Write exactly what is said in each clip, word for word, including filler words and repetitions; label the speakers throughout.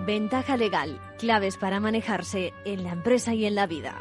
Speaker 1: Ventaja legal, claves para manejarse en la empresa y en la vida.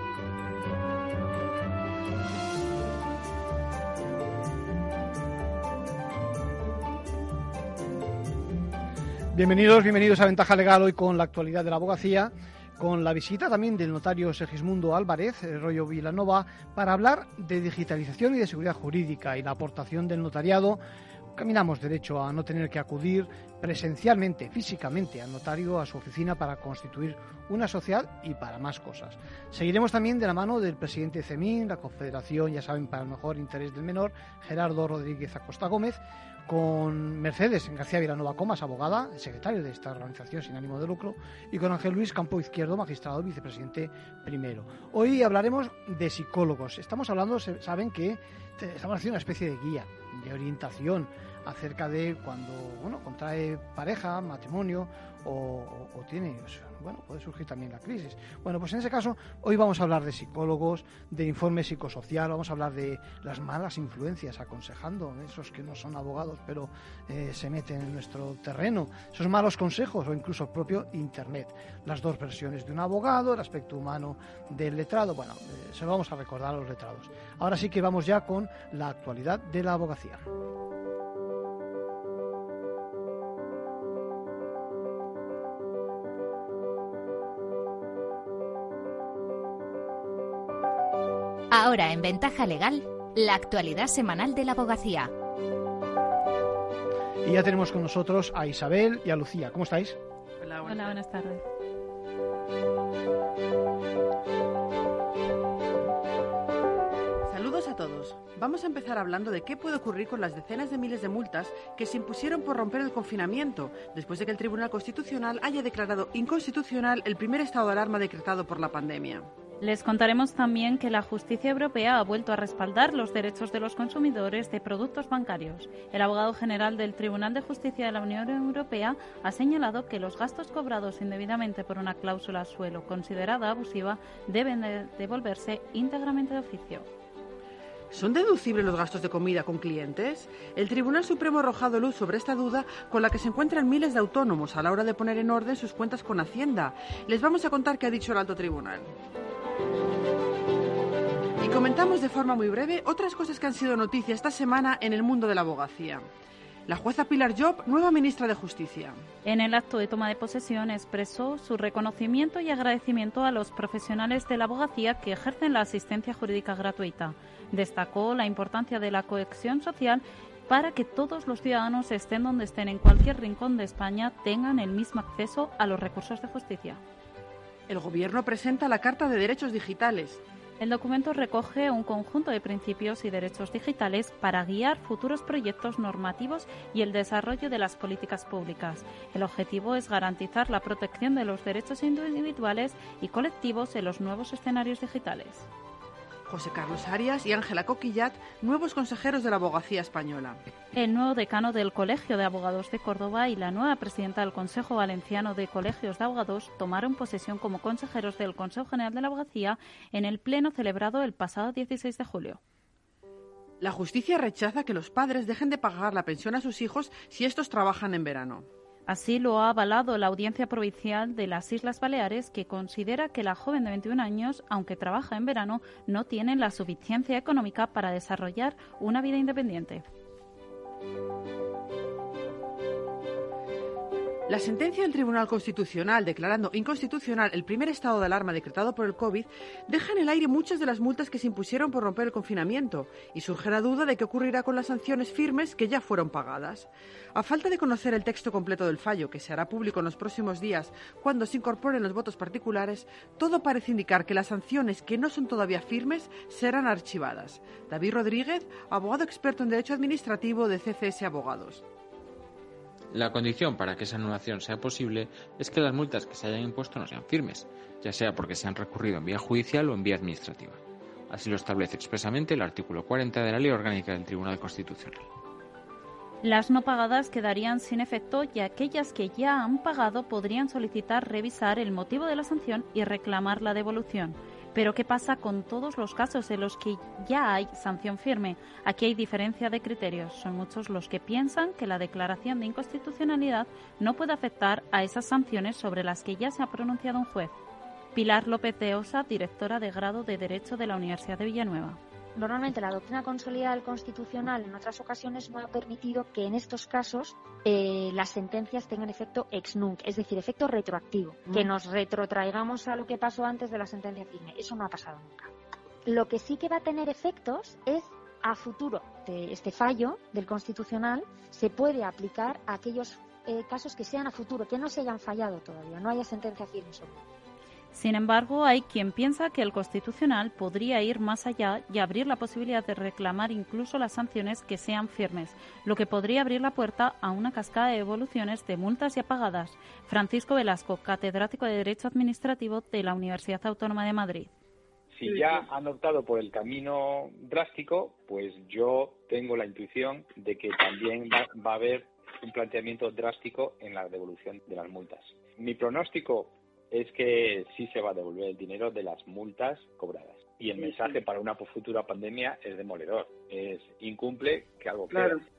Speaker 2: Bienvenidos, bienvenidos a Ventaja Legal, hoy con la actualidad de la abogacía, con la visita también del notario Segismundo Álvarez, el Rollo Vilanova, para hablar de digitalización y de seguridad jurídica y la aportación del notariado. Caminamos derecho a no tener que acudir presencialmente, físicamente, al notario, a su oficina para constituir una sociedad y para más cosas. Seguiremos también de la mano del presidente de CEMIN, la Confederación, ya saben, para el mejor interés del menor, Gerardo Rodríguez Acosta Gómez, con Mercedes García Vilanova Comas, abogada, secretario de esta organización sin ánimo de lucro, y con Ángel Luis Campo Izquierdo, magistrado, vicepresidente primero. Hoy hablaremos de psicólogos. Estamos hablando, saben que estamos haciendo una especie de guía, de orientación acerca de cuando, bueno, contrae pareja, matrimonio o, o, o tiene, bueno, puede surgir también la crisis. Bueno, pues en ese caso hoy vamos a hablar de psicólogos, de informe psicosocial, vamos a hablar de las malas influencias, aconsejando, esos que no son abogados pero eh, se meten en nuestro terreno, esos malos consejos o incluso el propio Internet, las dos versiones de un abogado, el aspecto humano del letrado. Bueno, eh, se lo vamos a recordar a los letrados. Ahora sí que vamos ya con la actualidad de la abogacía.
Speaker 3: Ahora en Ventaja Legal, la actualidad semanal de la abogacía.
Speaker 2: Y ya tenemos con nosotros a Isabel y a Lucía. ¿Cómo estáis?
Speaker 4: Hola, buenas, Hola, buenas tardes. Saludos a todos. Vamos a empezar hablando de qué puede ocurrir con las decenas de miles de multas que se impusieron por romper el confinamiento, después de que el Tribunal Constitucional haya declarado inconstitucional el primer estado de alarma decretado por la pandemia.
Speaker 5: Les contaremos también que la justicia europea ha vuelto a respaldar los derechos de los consumidores de productos bancarios. El abogado general del Tribunal de Justicia de la Unión Europea ha señalado que los gastos cobrados indebidamente por una cláusula suelo considerada abusiva deben de devolverse íntegramente de oficio.
Speaker 4: ¿Son deducibles los gastos de comida con clientes? El Tribunal Supremo ha arrojado luz sobre esta duda con la que se encuentran miles de autónomos a la hora de poner en orden sus cuentas con Hacienda. Les vamos a contar qué ha dicho el Alto Tribunal. Y comentamos de forma muy breve otras cosas que han sido noticia esta semana en el mundo de la abogacía. La jueza Pilar Llop, nueva ministra de Justicia.
Speaker 5: En el acto de toma de posesión expresó su reconocimiento y agradecimiento a los profesionales de la abogacía que ejercen la asistencia jurídica gratuita. Destacó la importancia de la cohesión social para que todos los ciudadanos, estén donde estén en cualquier rincón de España, tengan el mismo acceso a los recursos de justicia.
Speaker 4: El Gobierno presenta la Carta de Derechos Digitales.
Speaker 5: El documento recoge un conjunto de principios y derechos digitales para guiar futuros proyectos normativos y el desarrollo de las políticas públicas. El objetivo es garantizar la protección de los derechos individuales y colectivos en los nuevos escenarios digitales.
Speaker 4: José Carlos Arias y Ángela Coquillat, nuevos consejeros de la abogacía española.
Speaker 5: El nuevo decano del Colegio de Abogados de Córdoba y la nueva presidenta del Consejo Valenciano de Colegios de Abogados tomaron posesión como consejeros del Consejo General de la Abogacía en el pleno celebrado el pasado dieciséis de julio.
Speaker 4: La justicia rechaza que los padres dejen de pagar la pensión a sus hijos si estos trabajan en verano.
Speaker 5: Así lo ha avalado la Audiencia Provincial de las Islas Baleares, que considera que la joven de veintiún años, aunque trabaja en verano, no tiene la suficiencia económica para desarrollar una vida independiente.
Speaker 4: La sentencia del Tribunal Constitucional declarando inconstitucional el primer estado de alarma decretado por el COVID deja en el aire muchas de las multas que se impusieron por romper el confinamiento y surge la duda de qué ocurrirá con las sanciones firmes que ya fueron pagadas. A falta de conocer el texto completo del fallo, que se hará público en los próximos días cuando se incorporen los votos particulares, todo parece indicar que las sanciones que no son todavía firmes serán archivadas. David Rodríguez, abogado experto en Derecho Administrativo de C C S Abogados.
Speaker 6: La condición para que esa anulación sea posible es que las multas que se hayan impuesto no sean firmes, ya sea porque se han recurrido en vía judicial o en vía administrativa. Así lo establece expresamente el artículo cuarenta de la Ley Orgánica del Tribunal Constitucional.
Speaker 5: Las no pagadas quedarían sin efecto y aquellas que ya han pagado podrían solicitar revisar el motivo de la sanción y reclamar la devolución. Pero ¿qué pasa con todos los casos en los que ya hay sanción firme? Aquí hay diferencia de criterios. Son muchos los que piensan que la declaración de inconstitucionalidad no puede afectar a esas sanciones sobre las que ya se ha pronunciado un juez. Pilar López de Osa, directora de grado de Derecho de la Universidad de Villanueva.
Speaker 7: Normalmente la doctrina consolidada del Constitucional en otras ocasiones no ha permitido que en estos casos eh, las sentencias tengan efecto ex nunc, es decir, efecto retroactivo, mm. que nos retrotraigamos a lo que pasó antes de la sentencia firme. Eso no ha pasado nunca. Lo que sí que va a tener efectos es a futuro. De este fallo del Constitucional se puede aplicar a aquellos eh, casos que sean a futuro, que no se hayan fallado todavía, no haya sentencia firme sobre ello.
Speaker 5: Sin embargo, hay quien piensa que el Constitucional podría ir más allá y abrir la posibilidad de reclamar incluso las sanciones que sean firmes, lo que podría abrir la puerta a una cascada de evoluciones de multas ya pagadas. Francisco Velasco, catedrático de Derecho Administrativo de la Universidad Autónoma de Madrid.
Speaker 8: Si ya han optado por el camino drástico, pues yo tengo la intuición de que también va, va a haber un planteamiento drástico en la devolución de las multas. Mi pronóstico es que sí se va a devolver el dinero de las multas cobradas. Y el mensaje para una futura pandemia es demoledor. Es incumple que algo quede. Claro.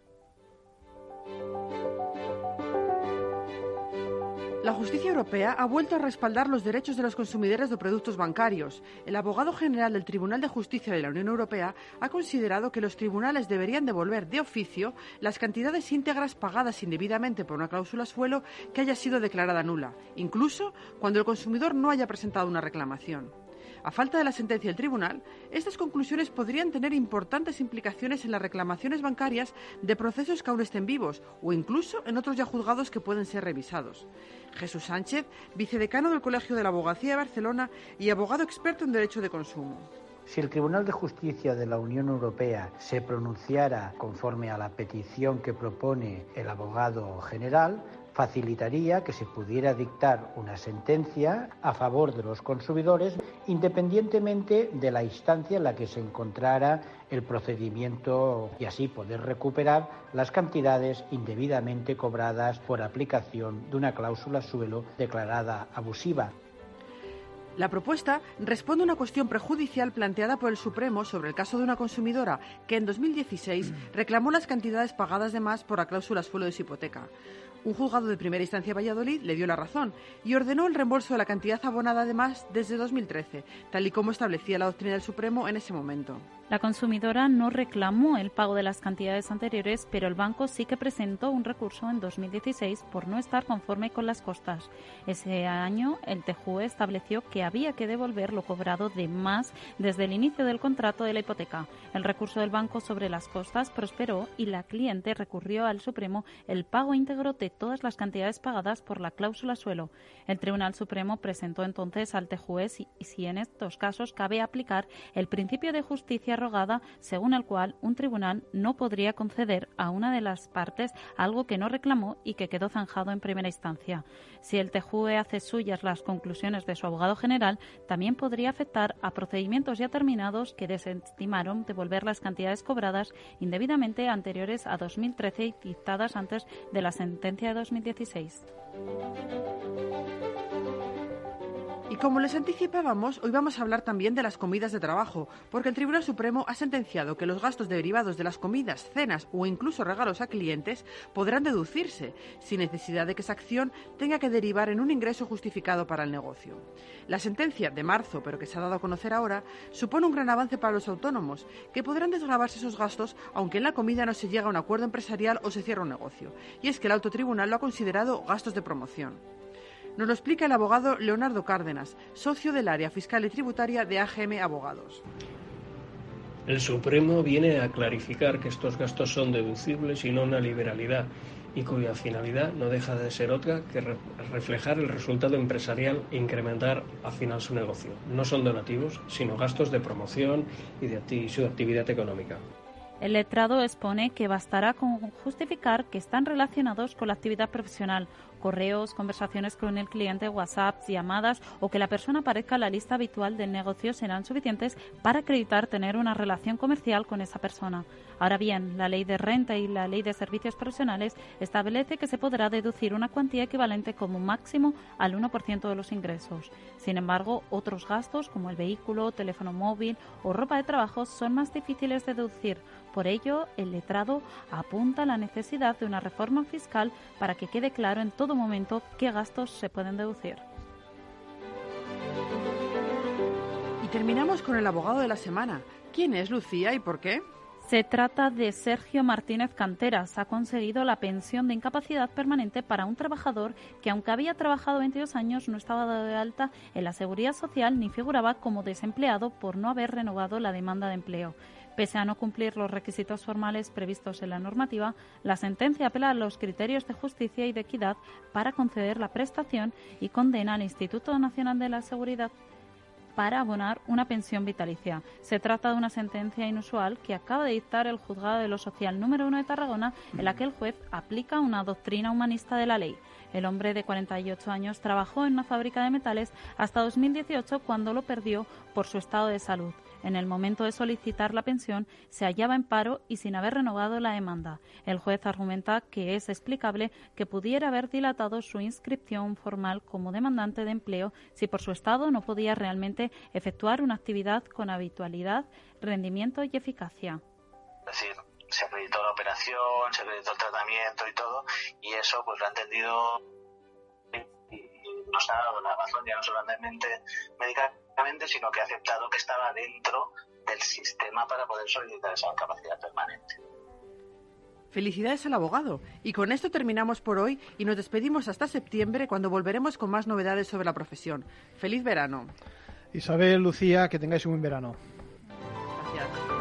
Speaker 4: La justicia europea ha vuelto a respaldar los derechos de los consumidores de productos bancarios. El abogado general del Tribunal de Justicia de la Unión Europea ha considerado que los tribunales deberían devolver de oficio las cantidades íntegras pagadas indebidamente por una cláusula suelo que haya sido declarada nula, incluso cuando el consumidor no haya presentado una reclamación. A falta de la sentencia del tribunal, estas conclusiones podrían tener importantes implicaciones en las reclamaciones bancarias de procesos que aún estén vivos o incluso en otros ya juzgados que pueden ser revisados. Jesús Sánchez, vicedecano del Colegio de la Abogacía de Barcelona y abogado experto en Derecho de Consumo.
Speaker 9: Si el Tribunal de Justicia de la Unión Europea se pronunciara conforme a la petición que propone el abogado general, facilitaría que se pudiera dictar una sentencia a favor de los consumidores independientemente de la instancia en la que se encontrara el procedimiento y así poder recuperar las cantidades indebidamente cobradas por aplicación de una cláusula suelo declarada abusiva.
Speaker 4: La propuesta responde a una cuestión prejudicial planteada por el Supremo sobre el caso de una consumidora que en dos mil dieciséis reclamó las cantidades pagadas de más por la cláusula suelo de su hipoteca. Un juzgado de primera instancia de Valladolid le dio la razón y ordenó el reembolso de la cantidad abonada de más desde dos mil trece, tal y como establecía la doctrina del Supremo en ese momento.
Speaker 5: La consumidora no reclamó el pago de las cantidades anteriores, pero el banco sí que presentó un recurso en dos mil dieciséis por no estar conforme con las costas. Ese año, el T J U E estableció que había que devolver lo cobrado de más desde el inicio del contrato de la hipoteca. El recurso del banco sobre las costas prosperó y la cliente recurrió al Supremo el pago íntegro de todas las cantidades pagadas por la cláusula suelo. El Tribunal Supremo presentó entonces al T J U E si, si en estos casos cabe aplicar el principio de justicia rogada, según el cual un tribunal no podría conceder a una de las partes algo que no reclamó y que quedó zanjado en primera instancia. Si el T J U E hace suyas las conclusiones de su abogado general, también podría afectar a procedimientos ya terminados que desestimaron devolver las cantidades cobradas indebidamente anteriores a dos mil trece y dictadas antes de la sentencia de dos mil dieciséis.
Speaker 4: Y como les anticipábamos, hoy vamos a hablar también de las comidas de trabajo, porque el Tribunal Supremo ha sentenciado que los gastos derivados de las comidas, cenas o incluso regalos a clientes podrán deducirse, sin necesidad de que esa acción tenga que derivar en un ingreso justificado para el negocio. La sentencia de marzo, pero que se ha dado a conocer ahora, supone un gran avance para los autónomos, que podrán desgravarse esos gastos aunque en la comida no se llegue a un acuerdo empresarial o se cierre un negocio. Y es que el Alto Tribunal lo ha considerado gastos de promoción. Nos lo explica el abogado Leonardo Cárdenas, socio del área fiscal y tributaria de A G M Abogados.
Speaker 10: El Supremo viene a clarificar que estos gastos son deducibles y no una liberalidad, y cuya finalidad no deja de ser otra que re- reflejar el resultado empresarial e incrementar al final su negocio. No son donativos, sino gastos de promoción y de acti- su actividad económica.
Speaker 5: El letrado expone que bastará con justificar que están relacionados con la actividad profesional correos, conversaciones con el cliente, WhatsApp, llamadas o que la persona aparezca en la lista habitual del negocio serán suficientes para acreditar tener una relación comercial con esa persona. Ahora bien, la ley de renta y la ley de servicios profesionales establece que se podrá deducir una cuantía equivalente como máximo al uno por ciento de los ingresos. Sin embargo, otros gastos como el vehículo, teléfono móvil o ropa de trabajo son más difíciles de deducir. Por ello, el letrado apunta a la necesidad de una reforma fiscal para que quede claro en todo momento qué gastos se pueden deducir.
Speaker 4: Y terminamos con el abogado de la semana. ¿Quién es, Lucía, y por qué?
Speaker 5: Se trata de Sergio Martínez Canteras. Ha conseguido la pensión de incapacidad permanente para un trabajador que, aunque había trabajado veintidós años, no estaba dado de alta en la Seguridad Social ni figuraba como desempleado por no haber renovado la demanda de empleo. Pese a no cumplir los requisitos formales previstos en la normativa, la sentencia apela a los criterios de justicia y de equidad para conceder la prestación y condena al Instituto Nacional de la Seguridad para abonar una pensión vitalicia. Se trata de una sentencia inusual que acaba de dictar el Juzgado de lo Social número uno de Tarragona, en la que el juez aplica una doctrina humanista de la ley. El hombre de cuarenta y ocho años trabajó en una fábrica de metales hasta dos mil dieciocho, cuando lo perdió por su estado de salud. En el momento de solicitar la pensión se hallaba en paro y sin haber renovado la demanda. El juez argumenta que es explicable que pudiera haber dilatado su inscripción formal como demandante de empleo si por su estado no podía realmente efectuar una actividad con habitualidad, rendimiento y eficacia.
Speaker 11: Es decir, se acreditó la operación, se acreditó el tratamiento y todo, y eso pues lo ha entendido y nos ha dado la razón ya no solamente médicamente, sino que ha aceptado que estaba dentro del sistema para poder solicitar esa incapacidad permanente.
Speaker 4: Felicidades al abogado. Y con esto terminamos por hoy y nos despedimos hasta septiembre, cuando volveremos con más novedades sobre la profesión. ¡Feliz verano!
Speaker 2: Isabel, Lucía, que tengáis un buen verano.
Speaker 4: Gracias.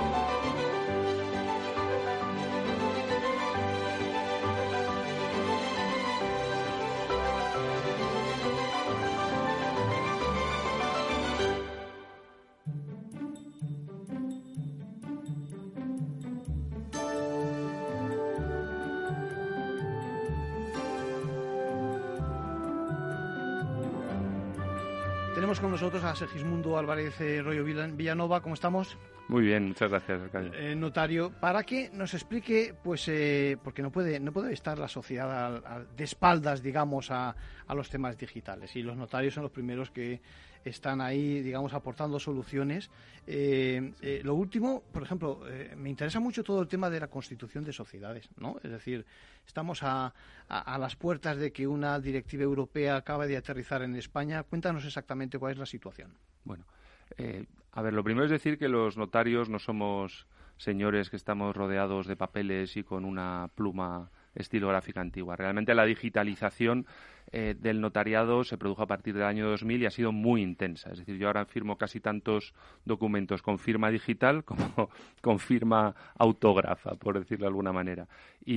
Speaker 2: Tenemos con nosotros a Segismundo Álvarez eh, Royo Villanova. ¿Cómo estamos?
Speaker 12: Muy bien, muchas gracias, Arcadio.
Speaker 2: Eh, notario, para que nos explique, pues, eh, porque no puede no puede estar la sociedad a, a, de espaldas, digamos, a, a los temas digitales. Y los notarios son los primeros que están ahí, digamos, aportando soluciones. Eh, eh, lo último, por ejemplo, eh, me interesa mucho todo el tema de la constitución de sociedades, ¿no? Es decir, estamos a, a, a las puertas de que una directiva europea acaba de aterrizar en España. Cuéntanos exactamente cuál es la situación.
Speaker 12: Bueno, eh, a ver, lo primero es decir que los notarios no somos señores que estamos rodeados de papeles y con una pluma estilográfica antigua. Realmente la digitalización eh, del notariado se produjo a partir del año dos mil y ha sido muy intensa. Es decir, yo ahora firmo casi tantos documentos con firma digital como con firma autógrafa, por decirlo de alguna manera.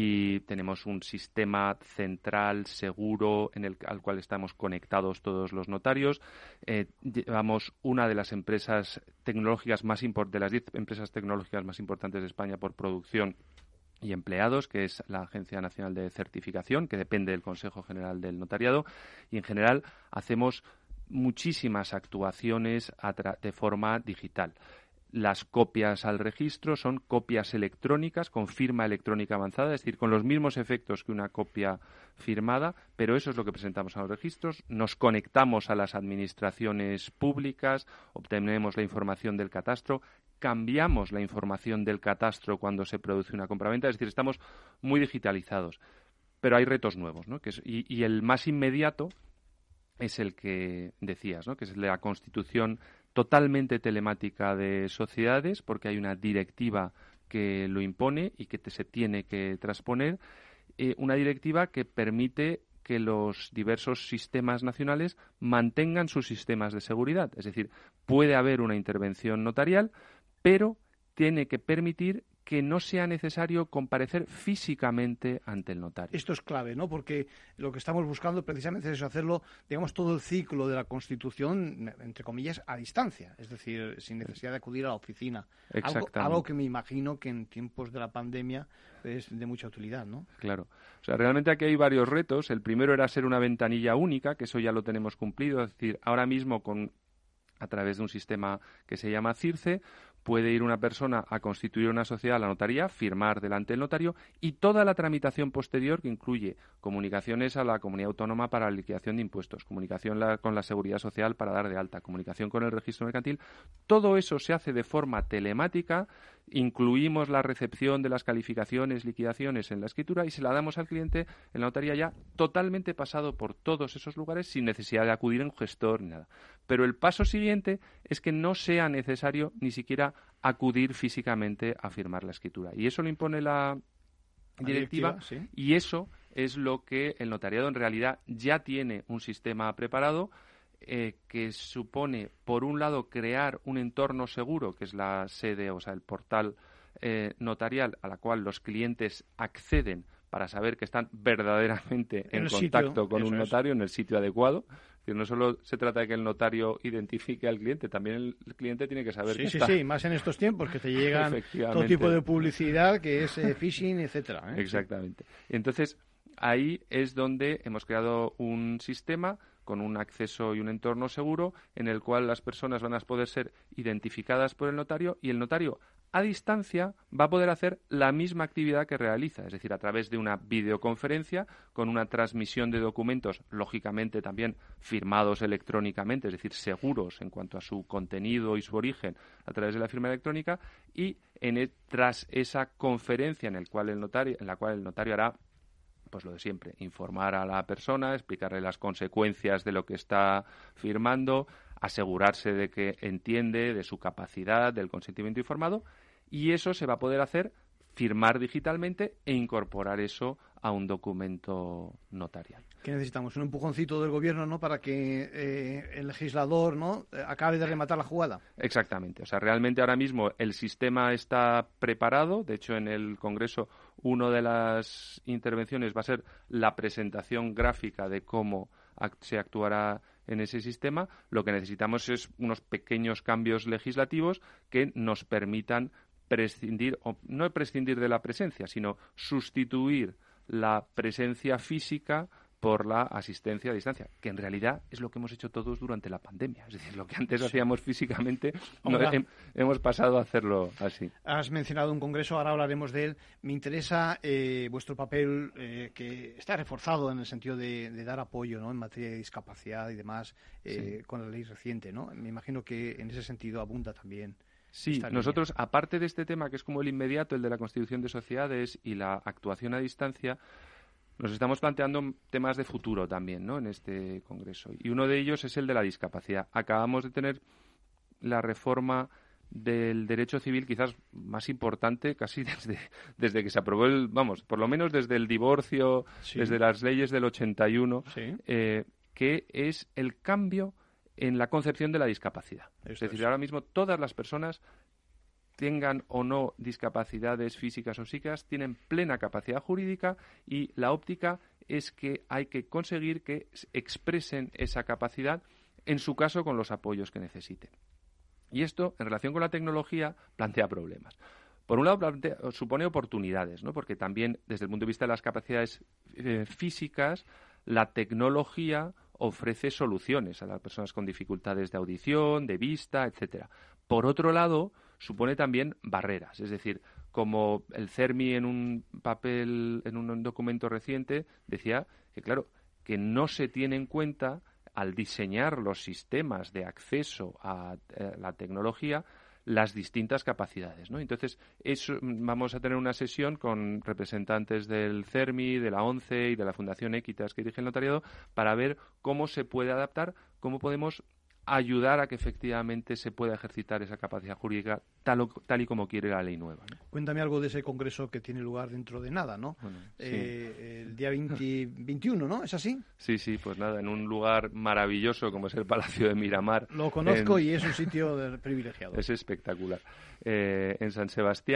Speaker 12: Y tenemos un sistema central, seguro, en el al cual estamos conectados todos los notarios. Eh, llevamos una de las empresas tecnológicas más import- de las diez empresas tecnológicas más importantes de España por producción y empleados, que es la Agencia Nacional de Certificación, que depende del Consejo General del Notariado, y en general hacemos muchísimas actuaciones a tra- de forma digital. Las copias al registro son copias electrónicas con firma electrónica avanzada, es decir, con los mismos efectos que una copia firmada, pero eso es lo que presentamos a los registros. Nos conectamos a las administraciones públicas, obtenemos la información del catastro, cambiamos la información del catastro cuando se produce una compraventa, es decir, estamos muy digitalizados. Pero hay retos nuevos, ¿no? Que es, y, y el más inmediato es el que decías, ¿no? Que es el de la constitución totalmente telemática de sociedades, porque hay una directiva que lo impone y que te, se tiene que transponer, eh, una directiva que permite que los diversos sistemas nacionales mantengan sus sistemas de seguridad. Es decir, puede haber una intervención notarial, pero tiene que permitir que no sea necesario comparecer físicamente ante el notario.
Speaker 2: Esto es clave, ¿no? Porque lo que estamos buscando precisamente es hacerlo, digamos, todo el ciclo de la Constitución, entre comillas, a distancia, es decir, sin necesidad de acudir a la oficina. Algo, algo que me imagino que en tiempos de la pandemia es de mucha utilidad, ¿no?
Speaker 12: Claro. O sea, realmente aquí hay varios retos. El primero era ser una ventanilla única, que eso ya lo tenemos cumplido, es decir, ahora mismo con a través de un sistema que se llama CIRCE, puede ir una persona a constituir una sociedad a la notaría, firmar delante del notario y toda la tramitación posterior que incluye comunicaciones a la comunidad autónoma para la liquidación de impuestos, comunicación la, con la seguridad social para dar de alta, comunicación con el registro mercantil. Todo eso se hace de forma telemática, incluimos la recepción de las calificaciones, liquidaciones en la escritura y se la damos al cliente en la notaría ya totalmente pasado por todos esos lugares sin necesidad de acudir a un gestor ni nada. Pero el paso siguiente es que no sea necesario ni siquiera acudir físicamente a firmar la escritura. Y eso lo impone la directiva,
Speaker 2: directiva sí.
Speaker 12: Y eso es lo que el notariado en realidad ya tiene un sistema preparado eh, que supone, por un lado, crear un entorno seguro, que es la sede, o sea, el portal eh, notarial a la cual los clientes acceden para saber que están verdaderamente en, en contacto
Speaker 2: sitio,
Speaker 12: con un notario
Speaker 2: es.
Speaker 12: en el sitio adecuado. Es decir, no solo se trata de que el notario identifique al cliente, también el cliente tiene que saber
Speaker 2: sí,
Speaker 12: que
Speaker 2: sí,
Speaker 12: está.
Speaker 2: Sí, más en estos tiempos que te llegan todo tipo de publicidad que es eh, phishing, etcétera. ¿eh?
Speaker 12: Exactamente. Entonces, ahí es donde hemos creado un sistema con un acceso y un entorno seguro en el cual las personas van a poder ser identificadas por el notario y el notario a distancia va a poder hacer la misma actividad que realiza, es decir, a través de una videoconferencia con una transmisión de documentos, lógicamente también firmados electrónicamente, es decir, seguros en cuanto a su contenido y su origen a través de la firma electrónica y en el, tras esa conferencia en, el cual el notario, en la cual el notario hará pues lo de siempre, informar a la persona, explicarle las consecuencias de lo que está firmando, asegurarse de que entiende de su capacidad, del consentimiento informado, y eso se va a poder hacer, firmar digitalmente e incorporar eso a un documento notarial.
Speaker 2: ¿Qué necesitamos? Un empujoncito del gobierno, ¿no?, para que eh, el legislador, ¿no?, acabe de rematar la jugada.
Speaker 12: Exactamente. O sea, realmente ahora mismo el sistema está preparado. De hecho, en el Congreso una de las intervenciones va a ser la presentación gráfica de cómo act- se actuará en ese sistema. Lo que necesitamos es unos pequeños cambios legislativos que nos permitan prescindir, o no prescindir de la presencia, sino sustituir la presencia física por la asistencia a distancia, que en realidad es lo que hemos hecho todos durante la pandemia. Es decir, lo que antes sí. hacíamos físicamente, no, he, hemos pasado a hacerlo así.
Speaker 2: Has mencionado un congreso, ahora hablaremos de él. Me interesa eh, vuestro papel, eh, que está reforzado en el sentido de, de dar apoyo, ¿no?, en materia de discapacidad y demás, eh, sí. con la ley reciente, ¿no? Me imagino que en ese sentido abunda también.
Speaker 12: Sí, nosotros, aparte de este tema, que es como el inmediato, el de la constitución de sociedades y la actuación a distancia, nos estamos planteando temas de futuro también, ¿no?, en este congreso. Y uno de ellos es el de la discapacidad. Acabamos de tener la reforma del derecho civil quizás más importante casi desde, desde que se aprobó el, vamos, por lo menos desde el divorcio, sí. desde las leyes del ochenta y uno, sí. eh, que es el cambio en la concepción de la discapacidad. Eso es decir, es. ahora mismo todas las personas, tengan o no discapacidades físicas o psíquicas, tienen plena capacidad jurídica y la óptica es que hay que conseguir que expresen esa capacidad, en su caso con los apoyos que necesiten. Y esto, en relación con la tecnología, plantea problemas. Por un lado, plantea, supone oportunidades, ¿no?, porque también, desde el punto de vista de las capacidades eh, físicas, la tecnología ofrece soluciones a las personas con dificultades de audición, de vista, etcétera. Por otro lado, supone también barreras, es decir, como el CERMI en un papel, en un documento reciente, decía que, claro, que no se tiene en cuenta al diseñar los sistemas de acceso a eh, la tecnología las distintas capacidades, ¿no? Entonces, eso, vamos a tener una sesión con representantes del CERMI, de la ONCE y de la Fundación Equitas que dirige el notariado para ver cómo se puede adaptar, cómo podemos ayudar a que efectivamente se pueda ejercitar esa capacidad jurídica tal, o, tal y como quiere la ley nueva, ¿no?
Speaker 2: Cuéntame algo de ese congreso que tiene lugar dentro de nada, ¿no? Bueno, eh, sí. El día veinte, veintiuno, ¿no? ¿Es así?
Speaker 12: Sí, sí, pues nada, en un lugar maravilloso como es el Palacio de Miramar.
Speaker 2: Lo conozco
Speaker 12: en...
Speaker 2: y es un sitio privilegiado.
Speaker 12: Es espectacular. Eh, en San Sebastián.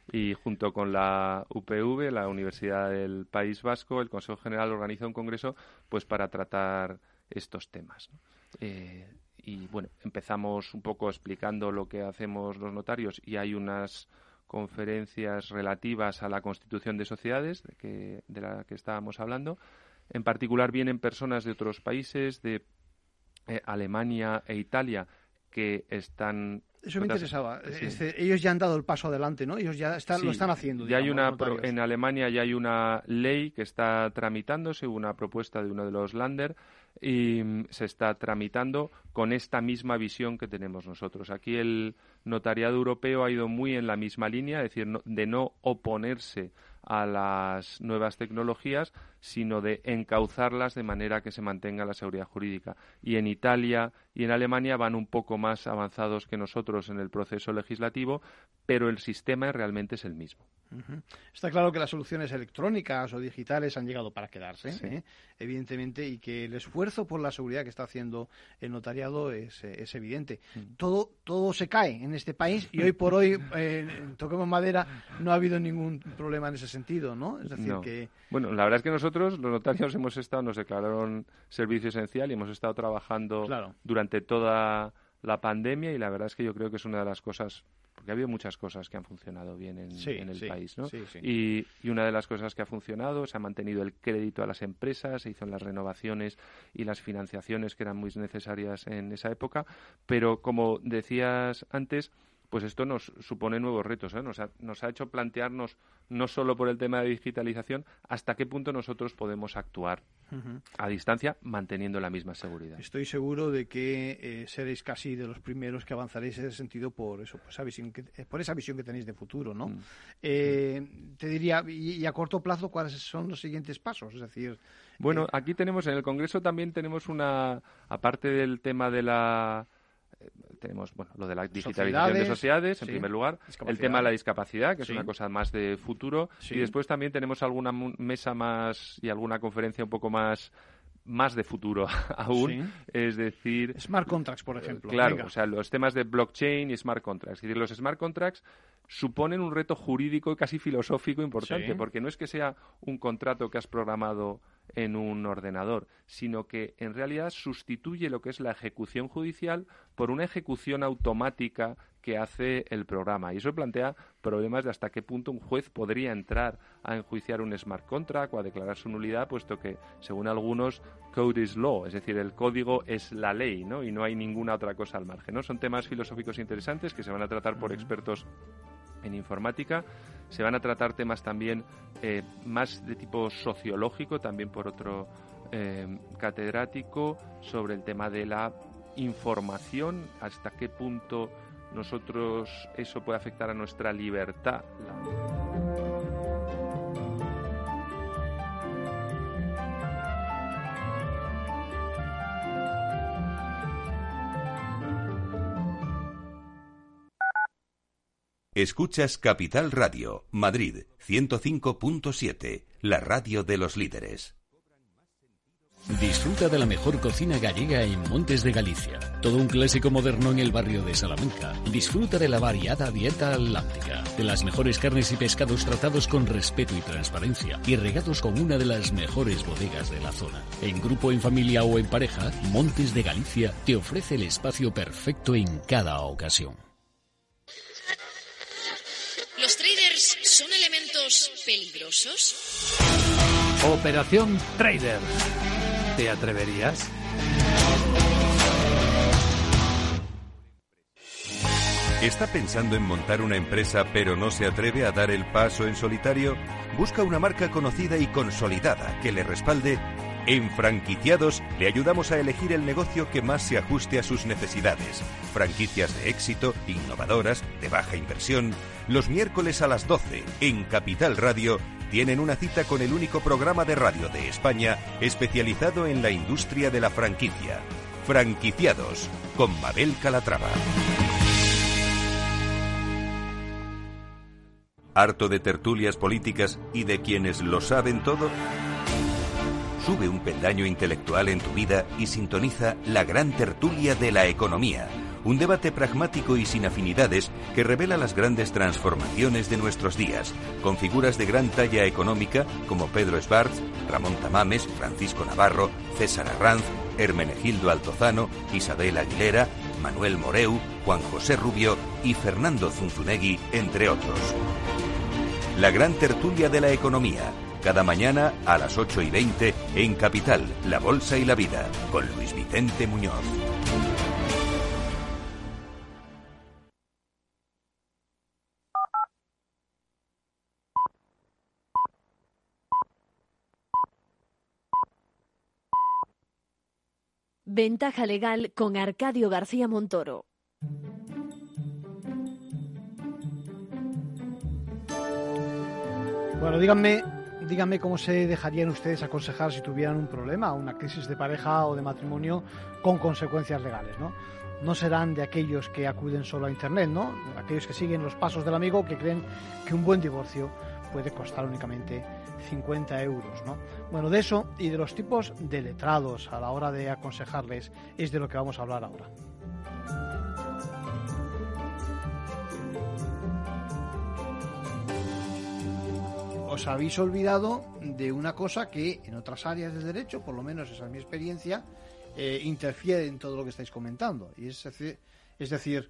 Speaker 12: y junto con la U P V, la Universidad del País Vasco, el Consejo General organiza un congreso pues para tratar estos temas, ¿no? Eh, y bueno, empezamos un poco explicando lo que hacemos los notarios y hay unas conferencias relativas a la constitución de sociedades de, que, de la que estábamos hablando. En particular vienen personas de otros países, de eh, Alemania e Italia, que están...
Speaker 2: Eso me interesaba. Sí. Este, ellos ya han dado el paso adelante, ¿no? Ellos ya están, sí, lo están haciendo.
Speaker 12: Ya
Speaker 2: digamos,
Speaker 12: hay una pro, en Alemania ya hay una ley que está tramitándose, una propuesta de uno de los Länder, y se está tramitando con esta misma visión que tenemos nosotros. Aquí el notariado europeo ha ido muy en la misma línea, es decir, no, de no oponerse a las nuevas tecnologías, sino de encauzarlas de manera que se mantenga la seguridad jurídica. Y en Italia y en Alemania van un poco más avanzados que nosotros en el proceso legislativo, pero el sistema realmente es el mismo.
Speaker 2: Uh-huh. Está claro que las soluciones electrónicas o digitales han llegado para quedarse,
Speaker 12: sí.
Speaker 2: ¿eh? evidentemente, y que el esfuerzo por la seguridad que está haciendo el notariado es, es evidente. Uh-huh. Todo todo se cae en este país y hoy por hoy, eh, toquemos madera, no ha habido ningún problema en ese sentido, ¿no? Es decir,
Speaker 12: no.
Speaker 2: que...
Speaker 12: Bueno, la verdad es que nosotros, los notarios, hemos estado, nos declararon servicio esencial y hemos estado trabajando
Speaker 2: claro.
Speaker 12: durante toda la pandemia y la verdad es que yo creo que es una de las cosas, porque ha habido muchas cosas que han funcionado bien en,
Speaker 2: sí,
Speaker 12: en el
Speaker 2: sí,
Speaker 12: país, ¿no?
Speaker 2: Sí, sí.
Speaker 12: Y, y una de las cosas que ha funcionado, se ha mantenido el crédito a las empresas, se hizo las renovaciones y las financiaciones que eran muy necesarias en esa época, pero como decías antes, pues esto nos supone nuevos retos, ¿eh? Nos ha, nos ha hecho plantearnos, no solo por el tema de digitalización, hasta qué punto nosotros podemos actuar uh-huh. a distancia manteniendo la misma seguridad.
Speaker 2: Estoy seguro de que eh, seréis casi de los primeros que avanzaréis en ese sentido por eso, por esa visión que, por esa visión que tenéis de futuro, ¿no? Mm. Eh, mm. Te diría, y, y a corto plazo, ¿cuáles son los siguientes pasos? Es decir...
Speaker 12: Bueno,
Speaker 2: eh...
Speaker 12: aquí tenemos, en el Congreso también tenemos una, aparte del tema de la... Tenemos bueno lo de la digitalización sociedades, de sociedades, en sí, primer lugar, el tema de la discapacidad, que sí. es una cosa más de futuro, sí. y después también tenemos alguna mesa más y alguna conferencia un poco más más de futuro aún, sí. es decir...
Speaker 2: Smart contracts, por ejemplo.
Speaker 12: Claro,
Speaker 2: Venga.
Speaker 12: o sea, los temas de blockchain y smart contracts. Es decir, los smart contracts suponen un reto jurídico y casi filosófico importante, sí. porque no es que sea un contrato que has programado en un ordenador, sino que en realidad sustituye lo que es la ejecución judicial por una ejecución automática que hace el programa. Y eso plantea problemas de hasta qué punto un juez podría entrar a enjuiciar un smart contract o a declarar su nulidad, puesto que, según algunos, code is law, es decir, el código es la ley, ¿no? Y no hay ninguna otra cosa al margen, ¿no? Son temas filosóficos interesantes que se van a tratar por expertos en informática. Se van a tratar temas también eh, más de tipo sociológico, también por otro eh, catedrático, sobre el tema de la información, hasta qué punto nosotros eso puede afectar a nuestra libertad.
Speaker 13: Escuchas Capital Radio, Madrid, ciento cinco punto siete, la radio de los líderes.
Speaker 14: Disfruta de la mejor cocina gallega en Montes de Galicia. Todo un clásico moderno en el barrio de Salamanca. Disfruta de la variada dieta atlántica, de las mejores carnes y pescados tratados con respeto y transparencia y regados con una de las mejores bodegas de la zona. En grupo, en familia o en pareja, Montes de Galicia te ofrece el espacio perfecto en cada ocasión.
Speaker 15: ¿Los traders son elementos peligrosos?
Speaker 16: Operación Trader. ¿Te atreverías?
Speaker 13: ¿Está pensando en montar una empresa pero no se atreve a dar el paso en solitario? Busca una marca conocida y consolidada que le respalde. En Franquiciados le ayudamos a elegir el negocio que más se ajuste a sus necesidades. Franquicias de éxito, innovadoras, de baja inversión. Los miércoles a las doce, en Capital Radio, tienen una cita con el único programa de radio de España especializado en la industria de la franquicia. Franquiciados, con Mabel Calatrava. ¿Harto de tertulias políticas y de quienes lo saben todo? Sube un peldaño intelectual en tu vida y sintoniza la gran tertulia de la economía. Un debate pragmático y sin afinidades que revela las grandes transformaciones de nuestros días, con figuras de gran talla económica como Pedro Esbarz, Ramón Tamames, Francisco Navarro, César Arranz, Hermenegildo Altozano, Isabel Aguilera, Manuel Moreu, Juan José Rubio y Fernando Zunzunegui, entre otros. La gran tertulia de la economía, cada mañana a las ocho y veinte en Capital, La Bolsa y la Vida, con Luis Vicente Muñoz.
Speaker 1: Ventaja legal con Arcadio García Montoro.
Speaker 2: Bueno, díganme, díganme cómo se dejarían ustedes aconsejar si tuvieran un problema, una crisis de pareja o de matrimonio con consecuencias legales, ¿no? No serán de aquellos que acuden solo a Internet, ¿no? Aquellos que siguen los pasos del amigo, que creen que un buen divorcio puede costar únicamente cincuenta euros, ¿no? Bueno, de eso y de los tipos de letrados a la hora de aconsejarles es de lo que vamos a hablar ahora. Os habéis olvidado de una cosa que en otras áreas del derecho, por lo menos esa es mi experiencia, eh, interfiere en todo lo que estáis comentando. Y es decir, es decir,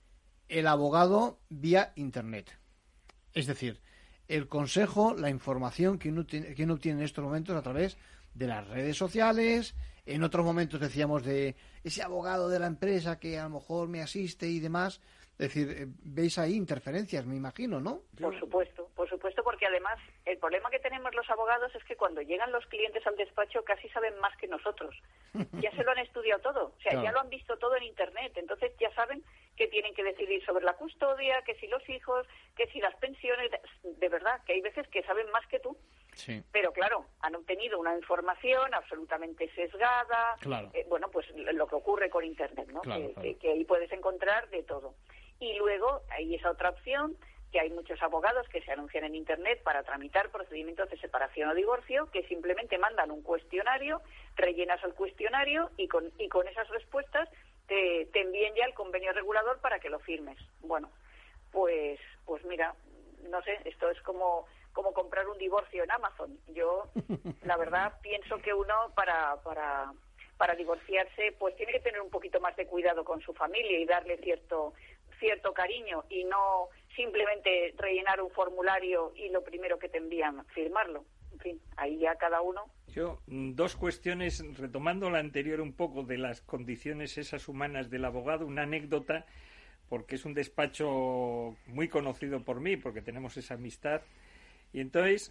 Speaker 2: el abogado vía Internet. Es decir, el consejo, la información que uno, tiene, que uno obtiene en estos momentos a través de las redes sociales. En otros momentos decíamos de ese abogado de la empresa que a lo mejor me asiste y demás. Es decir, veis ahí interferencias, me imagino, ¿no?
Speaker 17: Por supuesto, por supuesto, porque además el problema que tenemos los abogados es que cuando llegan los clientes al despacho casi saben más que nosotros. Ya se lo han estudiado todo, o sea, claro, ya lo han visto todo en Internet, entonces ya saben que tienen que decidir sobre la custodia, que si los hijos, que si las pensiones, de verdad, que hay veces que saben más que tú. Sí. Pero claro, han obtenido una información absolutamente sesgada, claro. eh, bueno, pues lo que ocurre con Internet, ¿no? Claro, que, claro. Que, que ahí puedes encontrar de todo. Y luego hay esa otra opción, que hay muchos abogados que se anuncian en Internet para tramitar procedimientos de separación o divorcio, que simplemente mandan un cuestionario, rellenas el cuestionario y con, y con esas respuestas te, te envíen ya el convenio regulador para que lo firmes. Bueno, pues, pues mira, no sé, esto es como... como comprar un divorcio en Amazon. Yo, la verdad, pienso que uno para, para, para divorciarse pues tiene que tener un poquito más de cuidado con su familia y darle cierto, cierto cariño y no simplemente rellenar un formulario y lo primero que te envían, firmarlo. En fin, ahí ya cada uno.
Speaker 18: Yo, dos cuestiones, retomando la anterior un poco de las condiciones esas humanas del abogado, una anécdota, porque es un despacho muy conocido por mí, porque tenemos esa amistad. Y entonces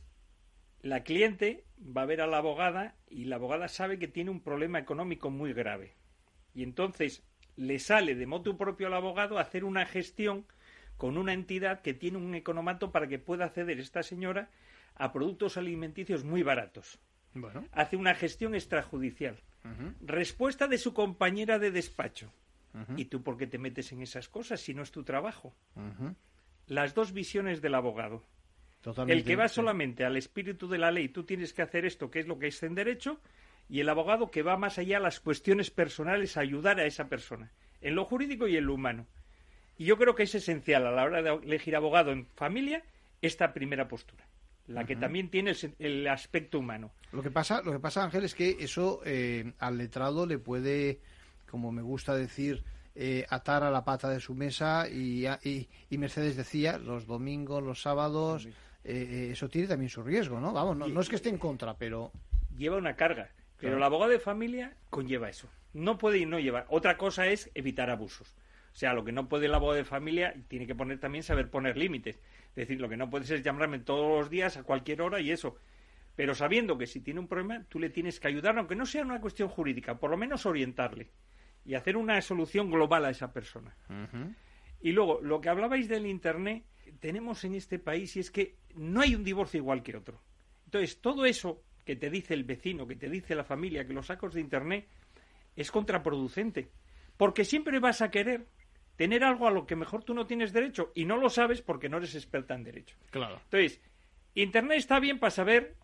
Speaker 18: la cliente va a ver a la abogada y la abogada sabe que tiene un problema económico muy grave. Y entonces le sale de motu propio al abogado hacer una gestión con una entidad que tiene un economato para que pueda acceder esta señora a productos alimenticios muy baratos. Bueno. Hace una gestión extrajudicial. Uh-huh. Respuesta de su compañera de despacho. Uh-huh. ¿Y tú por qué te metes en esas cosas si no es tu trabajo? Uh-huh. Las dos visiones del abogado. Totalmente, el que va solamente al espíritu de la ley, tú tienes que hacer esto, que es lo que es en derecho, y el abogado que va más allá a las cuestiones personales, a ayudar a esa persona, en lo jurídico y en lo humano. Y yo creo que es esencial a la hora de elegir abogado en familia esta primera postura, la uh-huh. que también tiene el, el aspecto humano.
Speaker 2: Lo que pasa, lo que pasa, Ángel, es que eso eh, al letrado le puede, como me gusta decir, eh, atar a la pata de su mesa y, y, y Mercedes decía, los domingos, los sábados... Sí. Eh, eso tiene también su riesgo, ¿no? Vamos, no, no es que esté en contra, pero...
Speaker 18: Lleva una carga, pero claro. El abogado de familia conlleva eso. No puede y no lleva. Otra cosa es evitar abusos. O sea, lo que no puede el abogado de familia tiene que poner también saber poner límites. Es decir, lo que no puedes es llamarme todos los días a cualquier hora y eso. Pero sabiendo que si tiene un problema, tú le tienes que ayudar, aunque no sea una cuestión jurídica, por lo menos orientarle y hacer una solución global a esa persona. Uh-huh. Y luego, lo que hablabais del Internet... tenemos en este país y es que no hay un divorcio igual que otro. Entonces, todo eso que te dice el vecino, que te dice la familia, que lo sacas de Internet, es contraproducente. Porque siempre vas a querer tener algo a lo que mejor tú no tienes derecho y no lo sabes porque no eres experta en derecho. Claro. Entonces, Internet está bien para saber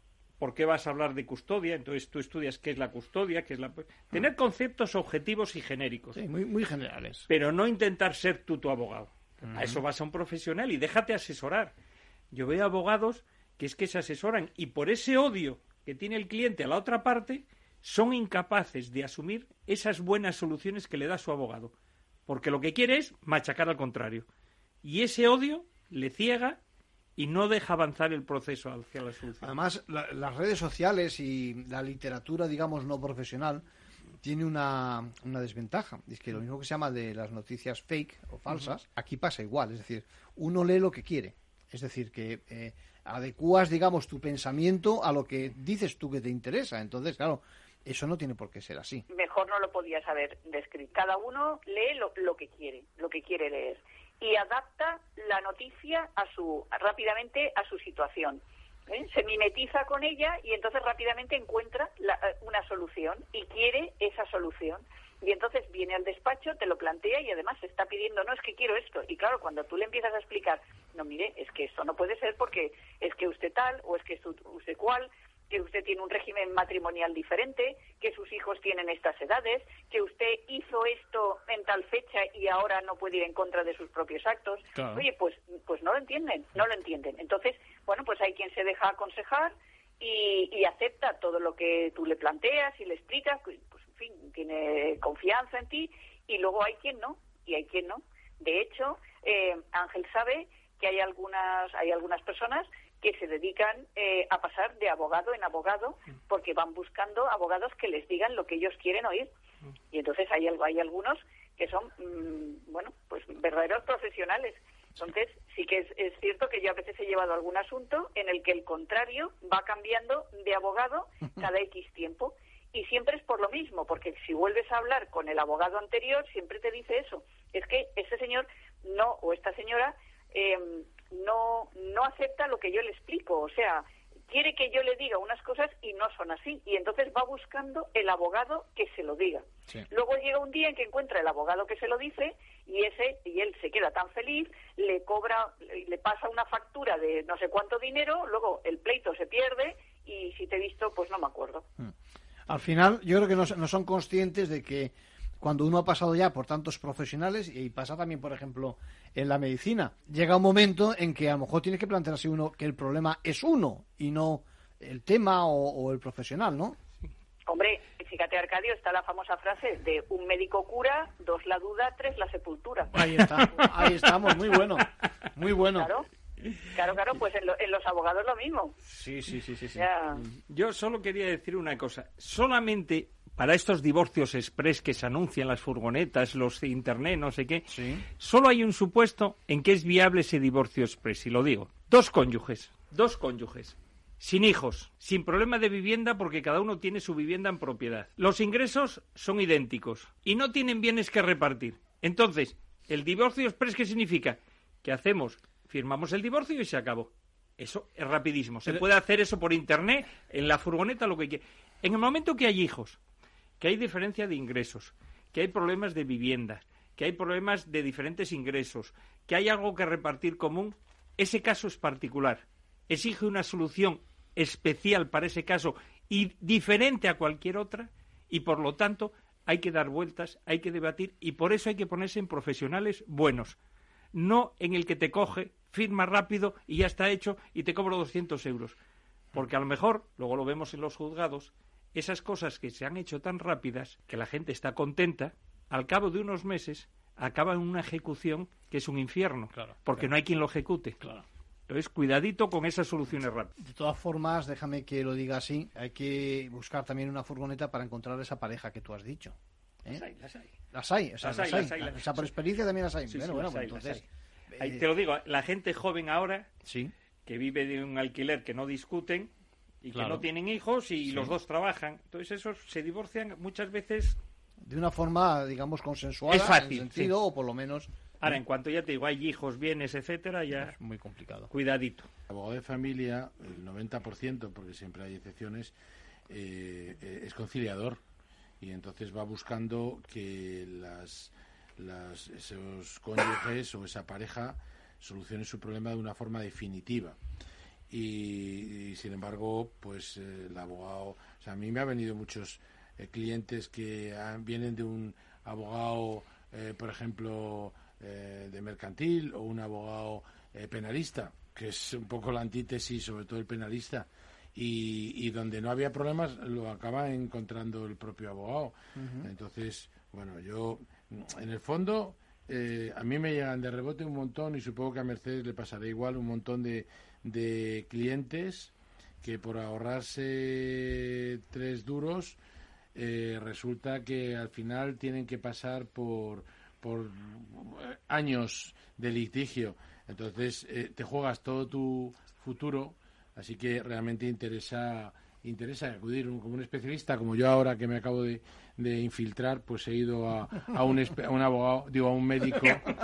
Speaker 18: ¿por qué vas a hablar de custodia? Entonces tú estudias qué es la custodia, qué es la... Tener conceptos objetivos y genéricos.
Speaker 2: Sí, muy, muy generales.
Speaker 18: Pero no intentar ser tú tu abogado.
Speaker 2: Uh-huh.
Speaker 18: A eso vas a un profesional y déjate asesorar. Yo veo abogados que es que se asesoran y por ese odio que tiene el cliente a la otra parte, son incapaces de asumir esas buenas soluciones que le da su abogado. Porque lo que quiere es machacar al contrario. Y ese odio le ciega y no deja avanzar el proceso hacia la solución.
Speaker 2: Además, la, las redes sociales y la literatura, digamos, no profesional, tiene una, una desventaja. Es que lo mismo que se llama de las noticias fake o falsas, uh-huh. aquí pasa igual. Es decir, uno lee lo que quiere. Es decir, que eh, adecuas, digamos, tu pensamiento a lo que dices tú que te interesa. Entonces, claro, eso no tiene por qué ser así.
Speaker 17: Mejor no lo podías haber descrito. Cada uno lee lo, lo que quiere, lo que quiere leer. Y adapta la noticia a su rápidamente a su situación. ¿eh? Se mimetiza con ella y entonces rápidamente encuentra la, una solución y quiere esa solución. Y entonces viene al despacho, te lo plantea y además se está pidiendo, no, es que quiero esto. Y claro, cuando tú le empiezas a explicar, no, mire, es que esto no puede ser porque es que usted tal o es que usted cual, que usted tiene un régimen matrimonial diferente, que sus hijos tienen estas edades, que usted hizo esto en tal fecha y ahora no puede ir en contra de sus propios actos. Claro. Oye, pues pues no lo entienden, no lo entienden. Entonces, bueno, pues hay quien se deja aconsejar y, y acepta todo lo que tú le planteas y le explicas, pues en fin, tiene confianza en ti, y luego hay quien no, y hay quien no. De hecho, eh, Ángel sabe que hay algunas hay algunas personas que se dedican eh, a pasar de abogado en abogado porque van buscando abogados que les digan lo que ellos quieren oír. Y entonces hay, hay algunos que son, mmm, bueno, pues verdaderos profesionales. Entonces sí que es, es cierto que yo a veces he llevado algún asunto en el que el contrario va cambiando de abogado cada X tiempo. Y siempre es por lo mismo, porque si vuelves a hablar con el abogado anterior, siempre te dice eso. Es que este señor no, o esta señora, eh, no no acepta lo que yo le explico, o sea, quiere que yo le diga unas cosas y no son así, y entonces va buscando el abogado que se lo diga. Sí. Luego llega un día en que encuentra el abogado que se lo dice y ese y él se queda tan feliz, le cobra, le pasa una factura de no sé cuánto dinero, luego el pleito se pierde y si te he visto, pues no me acuerdo.
Speaker 2: Al final, yo creo que no, no son conscientes de que cuando uno ha pasado ya por tantos profesionales, y pasa también, por ejemplo, en la medicina, llega un momento en que a lo mejor tiene que plantearse uno que el problema es uno y no el tema o, o el profesional, ¿no?
Speaker 17: Hombre, fíjate, Arcadio, está la famosa frase de un médico cura, dos la duda, tres la sepultura.
Speaker 2: Ahí está, ahí estamos, muy bueno, muy bueno.
Speaker 17: Claro. Claro, claro, pues en, lo, en los abogados lo mismo.
Speaker 2: Sí, sí, sí, sí. sí.
Speaker 17: Ya.
Speaker 18: Yo solo quería decir una cosa. Solamente para estos divorcios express que se anuncian las furgonetas, los de internet, no sé qué,
Speaker 2: sí.
Speaker 18: Solo hay un supuesto en que es viable ese divorcio express, y lo digo. Dos cónyuges, dos cónyuges, sin hijos, sin problema de vivienda porque cada uno tiene su vivienda en propiedad. Los ingresos son idénticos y no tienen bienes que repartir. Entonces, ¿el divorcio express qué significa? Que hacemos... firmamos el divorcio y se acabó. Eso es rapidísimo. Se puede hacer eso por internet, en la furgoneta, lo que quiera. En el momento que hay hijos, que hay diferencia de ingresos, que hay problemas de vivienda, que hay problemas de diferentes ingresos, que hay algo que repartir común, ese caso es particular. Exige una solución especial para ese caso y diferente a cualquier otra, y por lo tanto hay que dar vueltas, hay que debatir, y por eso hay que ponerse en profesionales buenos. No en el que te coge, firma rápido y ya está hecho y te cobro doscientos euros. Porque a lo mejor, luego lo vemos en los juzgados, esas cosas que se han hecho tan rápidas, que la gente está contenta, al cabo de unos meses acaban en una ejecución que es un infierno, claro, porque claro. No hay quien lo ejecute. Claro. Entonces, cuidadito con esas soluciones rápidas.
Speaker 2: De todas formas, déjame que lo diga así, hay que buscar también una furgoneta para encontrar esa pareja que tú has dicho. ¿Eh?
Speaker 18: Las hay, las hay.
Speaker 2: Las hay, o sea,
Speaker 18: las hay,
Speaker 2: las hay.
Speaker 18: las hay, las hay.
Speaker 2: O sea, por experiencia también las hay.
Speaker 18: Sí,
Speaker 2: bueno,
Speaker 18: sí,
Speaker 2: bueno,
Speaker 18: las hay,
Speaker 2: pues
Speaker 18: las
Speaker 2: entonces...
Speaker 18: hay. Ahí te lo digo, la gente joven ahora,
Speaker 2: sí.
Speaker 18: que vive de un alquiler que no discuten y
Speaker 2: claro.
Speaker 18: que no tienen hijos y
Speaker 2: sí.
Speaker 18: los dos trabajan, entonces esos se divorcian muchas veces...
Speaker 2: De una forma, digamos, consensuada,
Speaker 18: es fácil,
Speaker 2: en sentido,
Speaker 18: sí.
Speaker 2: o por lo menos...
Speaker 18: Ahora, en cuanto ya te digo, hay hijos, bienes, etcétera, ya...
Speaker 2: Es muy complicado.
Speaker 18: Cuidadito.
Speaker 19: El abogado de familia, el noventa por ciento, porque siempre hay excepciones, eh, eh, es conciliador. Y entonces va buscando que las, las, esos cónyuges o esa pareja solucionen su problema de una forma definitiva. y, y sin embargo, pues eh, el abogado, o sea, a mí me han venido muchos eh, clientes que han, vienen de un abogado, eh, por ejemplo, eh, de mercantil, o un abogado eh, penalista, que es un poco la antítesis, sobre todo el penalista, y, y donde no había problemas lo acaba encontrando el propio abogado. Uh-huh. Entonces, bueno, yo, en el fondo, eh, a mí me llegan de rebote un montón, y supongo que a Mercedes le pasará igual, un montón de, de clientes que por ahorrarse tres duros eh, resulta que al final tienen que pasar por, por años de litigio. Entonces eh, te juegas todo tu futuro, así que realmente interesa interesa acudir un, como un especialista, como yo ahora que me acabo de, de infiltrar, pues he ido a, a, un, a un abogado, digo a un médico,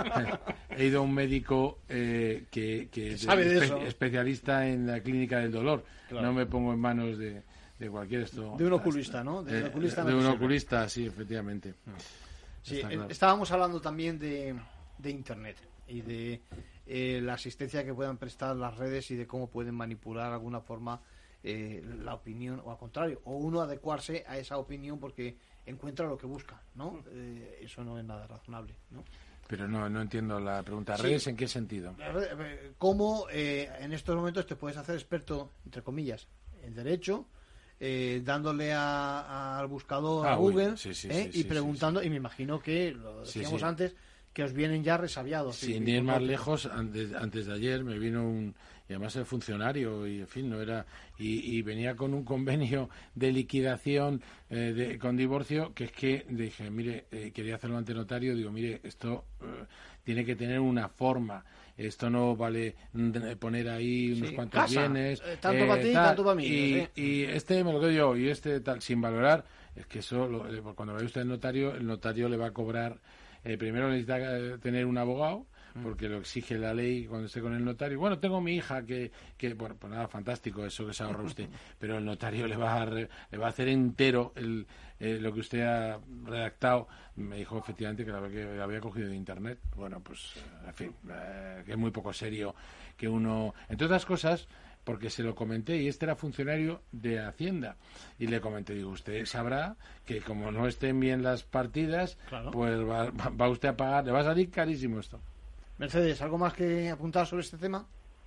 Speaker 19: he ido a un médico eh, que, que
Speaker 2: sabe de
Speaker 19: espe,
Speaker 2: eso.
Speaker 19: especialista en la clínica del dolor.
Speaker 2: Claro.
Speaker 19: No me pongo en manos de, de cualquier esto.
Speaker 2: De un oculista, ¿no? De,
Speaker 19: eh,
Speaker 2: un oculista,
Speaker 19: de
Speaker 2: no
Speaker 19: un
Speaker 2: sirve.
Speaker 19: oculista, sí, efectivamente.
Speaker 2: Sí,
Speaker 19: Está claro.
Speaker 2: Estábamos hablando también de, de Internet y de eh, la asistencia que puedan prestar las redes y de cómo pueden manipular de alguna forma eh, la opinión, o al contrario, o uno adecuarse a esa opinión porque encuentra lo que busca, ¿no? Eh, eso no es nada razonable, ¿no?
Speaker 19: Pero no, no entiendo la pregunta.
Speaker 2: Sí.
Speaker 19: ¿Redes en qué sentido?
Speaker 2: ¿Cómo eh, en estos momentos te puedes hacer experto, entre comillas, en derecho, eh, dándole a, a, al buscador,
Speaker 19: ah,
Speaker 2: a Google,
Speaker 19: uy, sí, sí,
Speaker 2: eh,
Speaker 19: sí,
Speaker 2: y
Speaker 19: sí,
Speaker 2: preguntando,
Speaker 19: sí, sí.
Speaker 2: y me imagino que, lo decíamos
Speaker 19: sí, sí.
Speaker 2: antes, que os vienen ya resabiados.
Speaker 19: Sin ir más lejos, antes, antes de ayer me vino un, y además el funcionario, y en fin, no era, y, y venía con un convenio de liquidación eh, de, con divorcio, que es que dije, mire, eh, quería hacerlo ante notario, digo, mire, esto eh, tiene que tener una forma, esto no vale poner ahí unos
Speaker 2: sí,
Speaker 19: cuantos
Speaker 2: casa,
Speaker 19: bienes,
Speaker 2: eh, tanto
Speaker 19: eh,
Speaker 2: para ti,
Speaker 19: tal,
Speaker 2: tanto para mí.
Speaker 19: Y,
Speaker 2: ¿eh?
Speaker 19: y este me lo quedo yo, y este tal, sin valorar, es que eso, lo, cuando vaya usted al notario, el notario le va a cobrar. Eh, primero necesita eh, tener un abogado, porque lo exige la ley cuando esté con el notario. Bueno, tengo mi hija que, que bueno, pues nada, fantástico eso que se ahorra usted, pero el notario le va a, re, le va a hacer entero el, eh, lo que usted ha redactado. Me dijo efectivamente que lo había, que lo había cogido de internet. Bueno, pues, en fin, eh, que es muy poco serio que uno... Entre otras cosas, porque se lo comenté, y este era funcionario de Hacienda, y le comenté, digo, usted sabrá que como no estén bien las partidas, claro, pues va, va usted a pagar, le va a salir carísimo esto.
Speaker 2: Mercedes, ¿algo más que apuntar sobre este tema?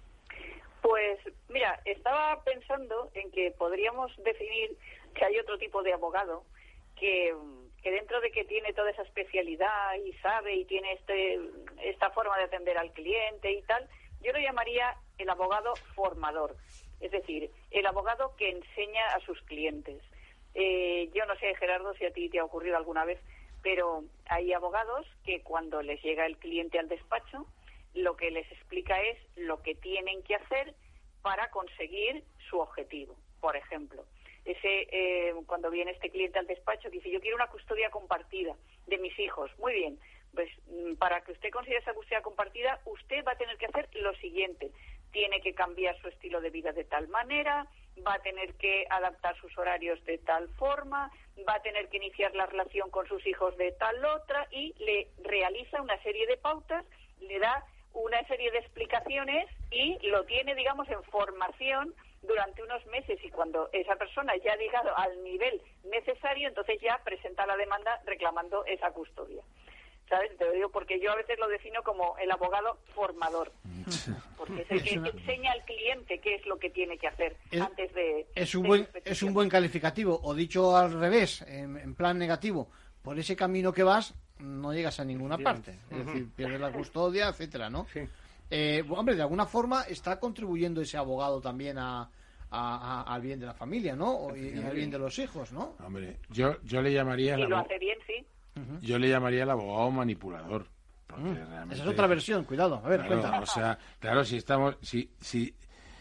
Speaker 17: Pues mira, estaba pensando en que podríamos definir que hay otro tipo de abogado que, que dentro de que tiene toda esa especialidad y sabe y tiene este esta forma de atender al cliente y tal, yo lo llamaría el abogado formador, es decir, el abogado que enseña a sus clientes. Eh, yo no sé, Gerardo, si a ti te ha ocurrido alguna vez, pero hay abogados que cuando les llega el cliente al despacho, lo que les explica es lo que tienen que hacer para conseguir su objetivo. Por ejemplo, ese eh, cuando viene este cliente al despacho que dice, yo quiero una custodia compartida de mis hijos. Muy bien, pues para que usted consiga esa custodia compartida, usted va a tener que hacer lo siguiente. Tiene que cambiar su estilo de vida de tal manera, va a tener que adaptar sus horarios de tal forma, va a tener que iniciar la relación con sus hijos de tal otra, y le realiza una serie de pautas, le da una serie de explicaciones y lo tiene, digamos, en formación durante unos meses, y cuando esa persona ya ha llegado al nivel necesario, entonces ya presenta la demanda reclamando esa custodia. ¿Sabes? Te lo digo porque yo a veces lo defino como el abogado formador, porque es el que enseña al cliente qué es lo que tiene que hacer es, antes de...
Speaker 2: Es un,
Speaker 17: de
Speaker 2: buen, es un buen calificativo, o dicho al revés, en, en plan negativo, por ese camino que vas no llegas a ninguna Bien. parte, es uh-huh. decir, pierdes la custodia, etcétera, ¿no? Sí. Eh, bueno, hombre, de alguna forma está contribuyendo ese abogado también a, a, a, al bien de la familia, ¿no? Y, y al bien de los hijos, ¿no?
Speaker 19: Hombre, yo, yo le llamaría...
Speaker 17: Y lo hace bien, sí.
Speaker 19: Uh-huh. Yo le llamaría el abogado manipulador. Porque mm, realmente...
Speaker 2: Esa es otra versión, cuidado. A ver,
Speaker 19: claro,
Speaker 2: cuenta.
Speaker 19: O sea, claro, si estamos... Si, si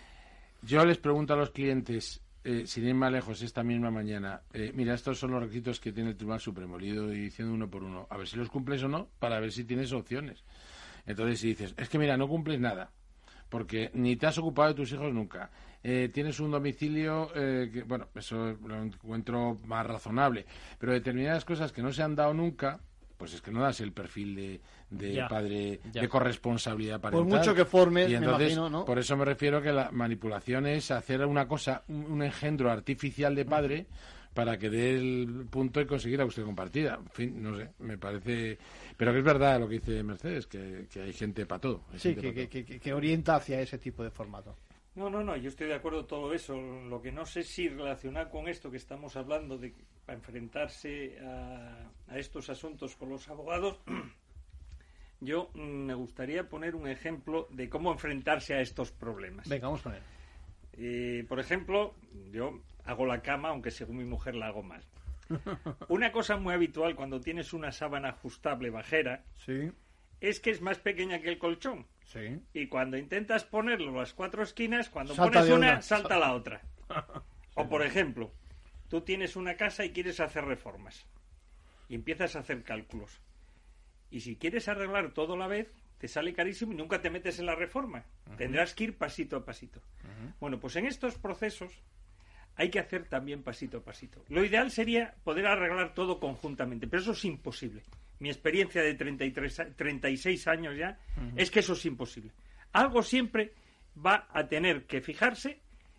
Speaker 19: yo les pregunto a los clientes, eh, sin ir más lejos, esta misma mañana, eh, mira, estos son los requisitos que tiene el Tribunal Supremo, he ido diciendo uno por uno, a ver si los cumples o no, para ver si tienes opciones. Entonces, si dices, es que mira, no cumples nada, porque ni te has ocupado de tus hijos nunca, eh, tienes un domicilio eh, que, bueno, eso lo encuentro más razonable, pero determinadas cosas que no se han dado nunca, pues es que no das el perfil de, de
Speaker 2: ya,
Speaker 19: padre
Speaker 2: ya.
Speaker 19: de corresponsabilidad parental.
Speaker 2: Por mucho que formes,
Speaker 19: y entonces,
Speaker 2: me imagino, ¿no?
Speaker 19: Por eso me refiero que la manipulación es hacer una cosa, un, un engendro artificial de padre para que dé el punto y conseguir la custodia compartida. En fin, no sé, me parece... Pero que es verdad lo que dice Mercedes, que, que hay gente para todo.
Speaker 2: Sí, que, que, que, que orienta hacia ese tipo de formato.
Speaker 18: No, no, no, yo estoy de acuerdo con todo eso. Lo que no sé si relacionar con esto que estamos hablando de para enfrentarse a, a estos asuntos con los abogados, yo mm, me gustaría poner un ejemplo de cómo enfrentarse a estos problemas.
Speaker 2: Venga, vamos a poner.
Speaker 18: Eh, por ejemplo, yo hago la cama, aunque según mi mujer la hago mal. Una cosa muy habitual cuando tienes una sábana ajustable bajera,
Speaker 2: sí,
Speaker 18: es que es más pequeña que el colchón.
Speaker 2: Sí.
Speaker 18: Y cuando intentas ponerlo a las cuatro esquinas, cuando
Speaker 2: Salta
Speaker 18: pones una,
Speaker 2: una,
Speaker 18: salta la otra. O por ejemplo, tú tienes una casa y quieres hacer reformas. Y empiezas a hacer cálculos. Y si quieres arreglar todo a la vez, te sale carísimo y nunca te metes en la reforma. Uh-huh. Tendrás que ir pasito a pasito. Uh-huh. Bueno, pues en estos procesos hay que hacer también pasito a pasito. Lo ideal sería poder arreglar todo conjuntamente, pero eso es imposible. Mi experiencia de treinta y tres, treinta y seis años ya, uh-huh, es que eso es imposible. Algo siempre va a tener que fijarse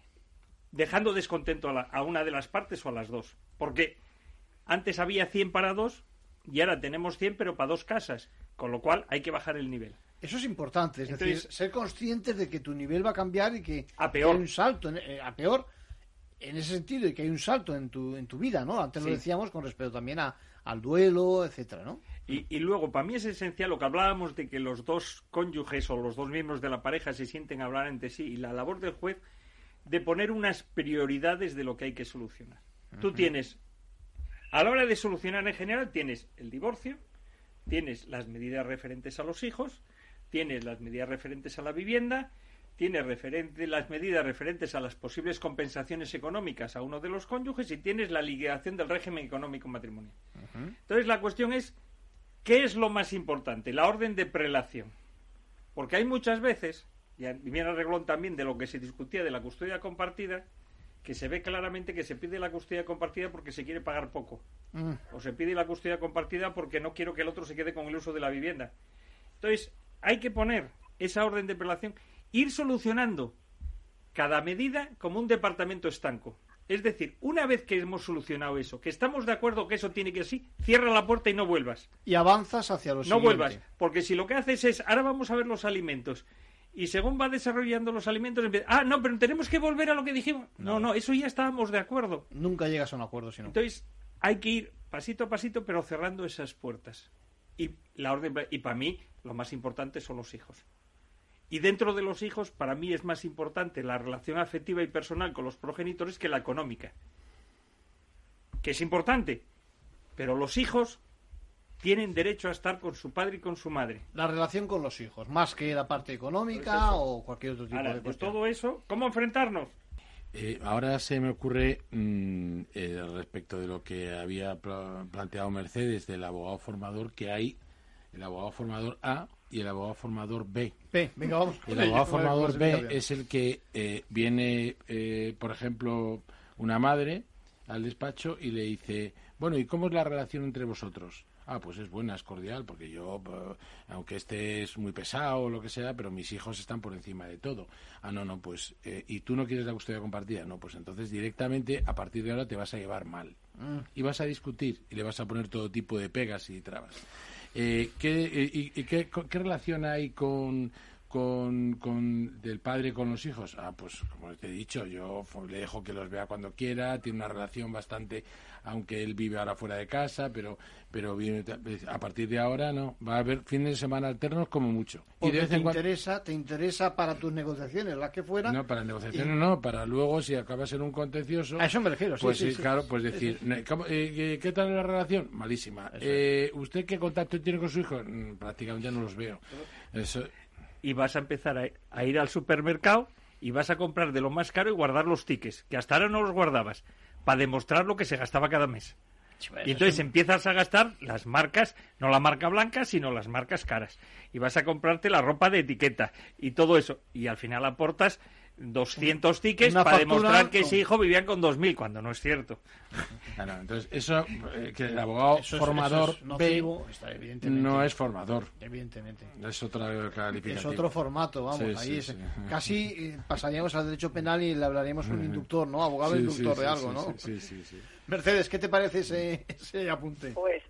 Speaker 18: dejando descontento a, la, a una de las partes o a las dos. Porque antes había cien para dos y ahora tenemos cien pero para dos casas. Con lo cual hay que bajar el nivel.
Speaker 2: Eso es importante, es
Speaker 18: Entonces,
Speaker 2: decir, ser conscientes de que tu nivel va a cambiar y que
Speaker 18: a peor.
Speaker 2: hay un salto, en, eh, a peor en ese sentido, y que hay un salto en tu en tu vida, ¿no? Antes sí. Lo decíamos con respecto también a, al duelo, etcétera, ¿no?
Speaker 18: Y, y luego, para mí es esencial lo que hablábamos de que los dos cónyuges o los dos miembros de la pareja se sienten a hablar entre sí, y la labor del juez de poner unas prioridades de lo que hay que solucionar. Uh-huh. Tú tienes, a la hora de solucionar en general, tienes el divorcio, tienes las medidas referentes a los hijos, tienes las medidas referentes a la vivienda, tienes referente, las medidas referentes a las posibles compensaciones económicas a uno de los cónyuges y tienes la liquidación del régimen económico matrimonial. Uh-huh. Entonces la cuestión es, ¿qué es lo más importante? La orden de prelación. Porque hay muchas veces, y viene a reglón también de lo que se discutía de la custodia compartida, que se ve claramente que se pide la custodia compartida porque se quiere pagar poco. Mm. O se pide la custodia compartida porque no quiero que el otro se quede con el uso de la vivienda. Entonces, hay que poner esa orden de prelación, ir solucionando cada medida como un departamento estanco. Es decir, una vez que hemos solucionado eso, que estamos de acuerdo que eso tiene que ser así, cierra la puerta y no vuelvas.
Speaker 2: Y avanzas hacia los
Speaker 18: No siguiente. vuelvas, porque si lo que haces es, ahora vamos a ver los alimentos, y según va desarrollando los alimentos, empieza, ah, no, pero tenemos que volver a lo que dijimos. No, no, no eso ya estábamos de acuerdo.
Speaker 2: Nunca llegas a un acuerdo, sino.
Speaker 18: Entonces, hay que ir pasito a pasito, pero cerrando esas puertas. Y la orden, y para mí, lo más importante son los hijos. Y dentro de los hijos, para mí es más importante la relación afectiva y personal con los progenitores que la económica. Que es importante, pero los hijos tienen derecho a estar con su padre y con su madre.
Speaker 2: La relación con los hijos, más que la parte económica pues o cualquier otro tipo
Speaker 18: Ahora,
Speaker 2: de cuestión.
Speaker 18: De todo eso, ¿cómo enfrentarnos?
Speaker 19: Eh, ahora se me ocurre mmm, eh, respecto de lo que había pl- planteado Mercedes del abogado formador, que hay el abogado formador A y el abogado formador B.
Speaker 2: B, venga, vamos.
Speaker 19: El abogado formador B es el que eh, viene, eh, por ejemplo, una madre al despacho y le dice, bueno, ¿y cómo es la relación entre vosotros? Ah, pues es buena, es cordial, porque yo, aunque este es muy pesado o lo que sea, pero mis hijos están por encima de todo. Ah, no, no, pues, eh, ¿y tú no quieres la custodia compartida? No, pues entonces directamente, a partir de ahora, te vas a llevar mal. Mm. Y vas a discutir, y le vas a poner todo tipo de pegas y trabas. Eh, ¿qué, eh, y, y qué, qué relación hay con... Con, con del padre con los hijos? Ah, pues como te he dicho, yo le dejo que los vea cuando quiera, tiene una relación bastante, aunque él vive ahora fuera de casa, pero pero vive, a partir de ahora no, va a haber fines de semana alternos como mucho.
Speaker 2: Porque
Speaker 19: y de vez
Speaker 2: te
Speaker 19: en cuando...
Speaker 2: interesa, te interesa para tus negociaciones, las que fueran.
Speaker 19: No, para negociaciones
Speaker 2: y...
Speaker 19: no, para luego si acabas en un contencioso.
Speaker 2: A eso me refiero, sí,
Speaker 19: pues
Speaker 2: sí,
Speaker 19: sí,
Speaker 2: sí,
Speaker 19: claro,
Speaker 2: sí,
Speaker 19: pues decir,
Speaker 2: sí, sí.
Speaker 19: ¿cómo, eh, ¿qué tal es la relación? Malísima. Eh, ¿Usted qué contacto tiene con su hijo? Mm, prácticamente no los veo. Eso.
Speaker 18: Y vas a empezar a, a ir al supermercado y vas a comprar de lo más caro y guardar los tickets, que hasta ahora no los guardabas, para demostrar lo que se gastaba cada mes. Y entonces empiezas a gastar las marcas, no la marca blanca, sino las marcas caras. Y vas a comprarte la ropa de etiqueta y todo eso. Y al final aportas doscientos tickets
Speaker 2: Una
Speaker 18: para
Speaker 2: factura
Speaker 18: demostrar que
Speaker 2: con...
Speaker 18: ese hijo vivían con dos mil, cuando no es cierto.
Speaker 19: Claro, entonces, eso, eh, que el abogado
Speaker 2: eso es,
Speaker 19: formador
Speaker 2: eso es nocivo, está, evidentemente,
Speaker 19: no es formador.
Speaker 2: Evidentemente.
Speaker 19: Es otra calificación.
Speaker 2: Es otro formato, vamos.
Speaker 19: Sí,
Speaker 2: ahí
Speaker 19: sí,
Speaker 2: es,
Speaker 19: sí.
Speaker 2: Casi eh, pasaríamos al derecho penal y le hablaríamos un inductor, ¿no? Abogado
Speaker 19: sí,
Speaker 2: inductor
Speaker 19: sí,
Speaker 2: de
Speaker 19: sí,
Speaker 2: algo,
Speaker 19: sí,
Speaker 2: ¿no?
Speaker 19: Sí, sí, sí.
Speaker 2: Mercedes, ¿qué te parece ese, ese apunte?
Speaker 17: Pues,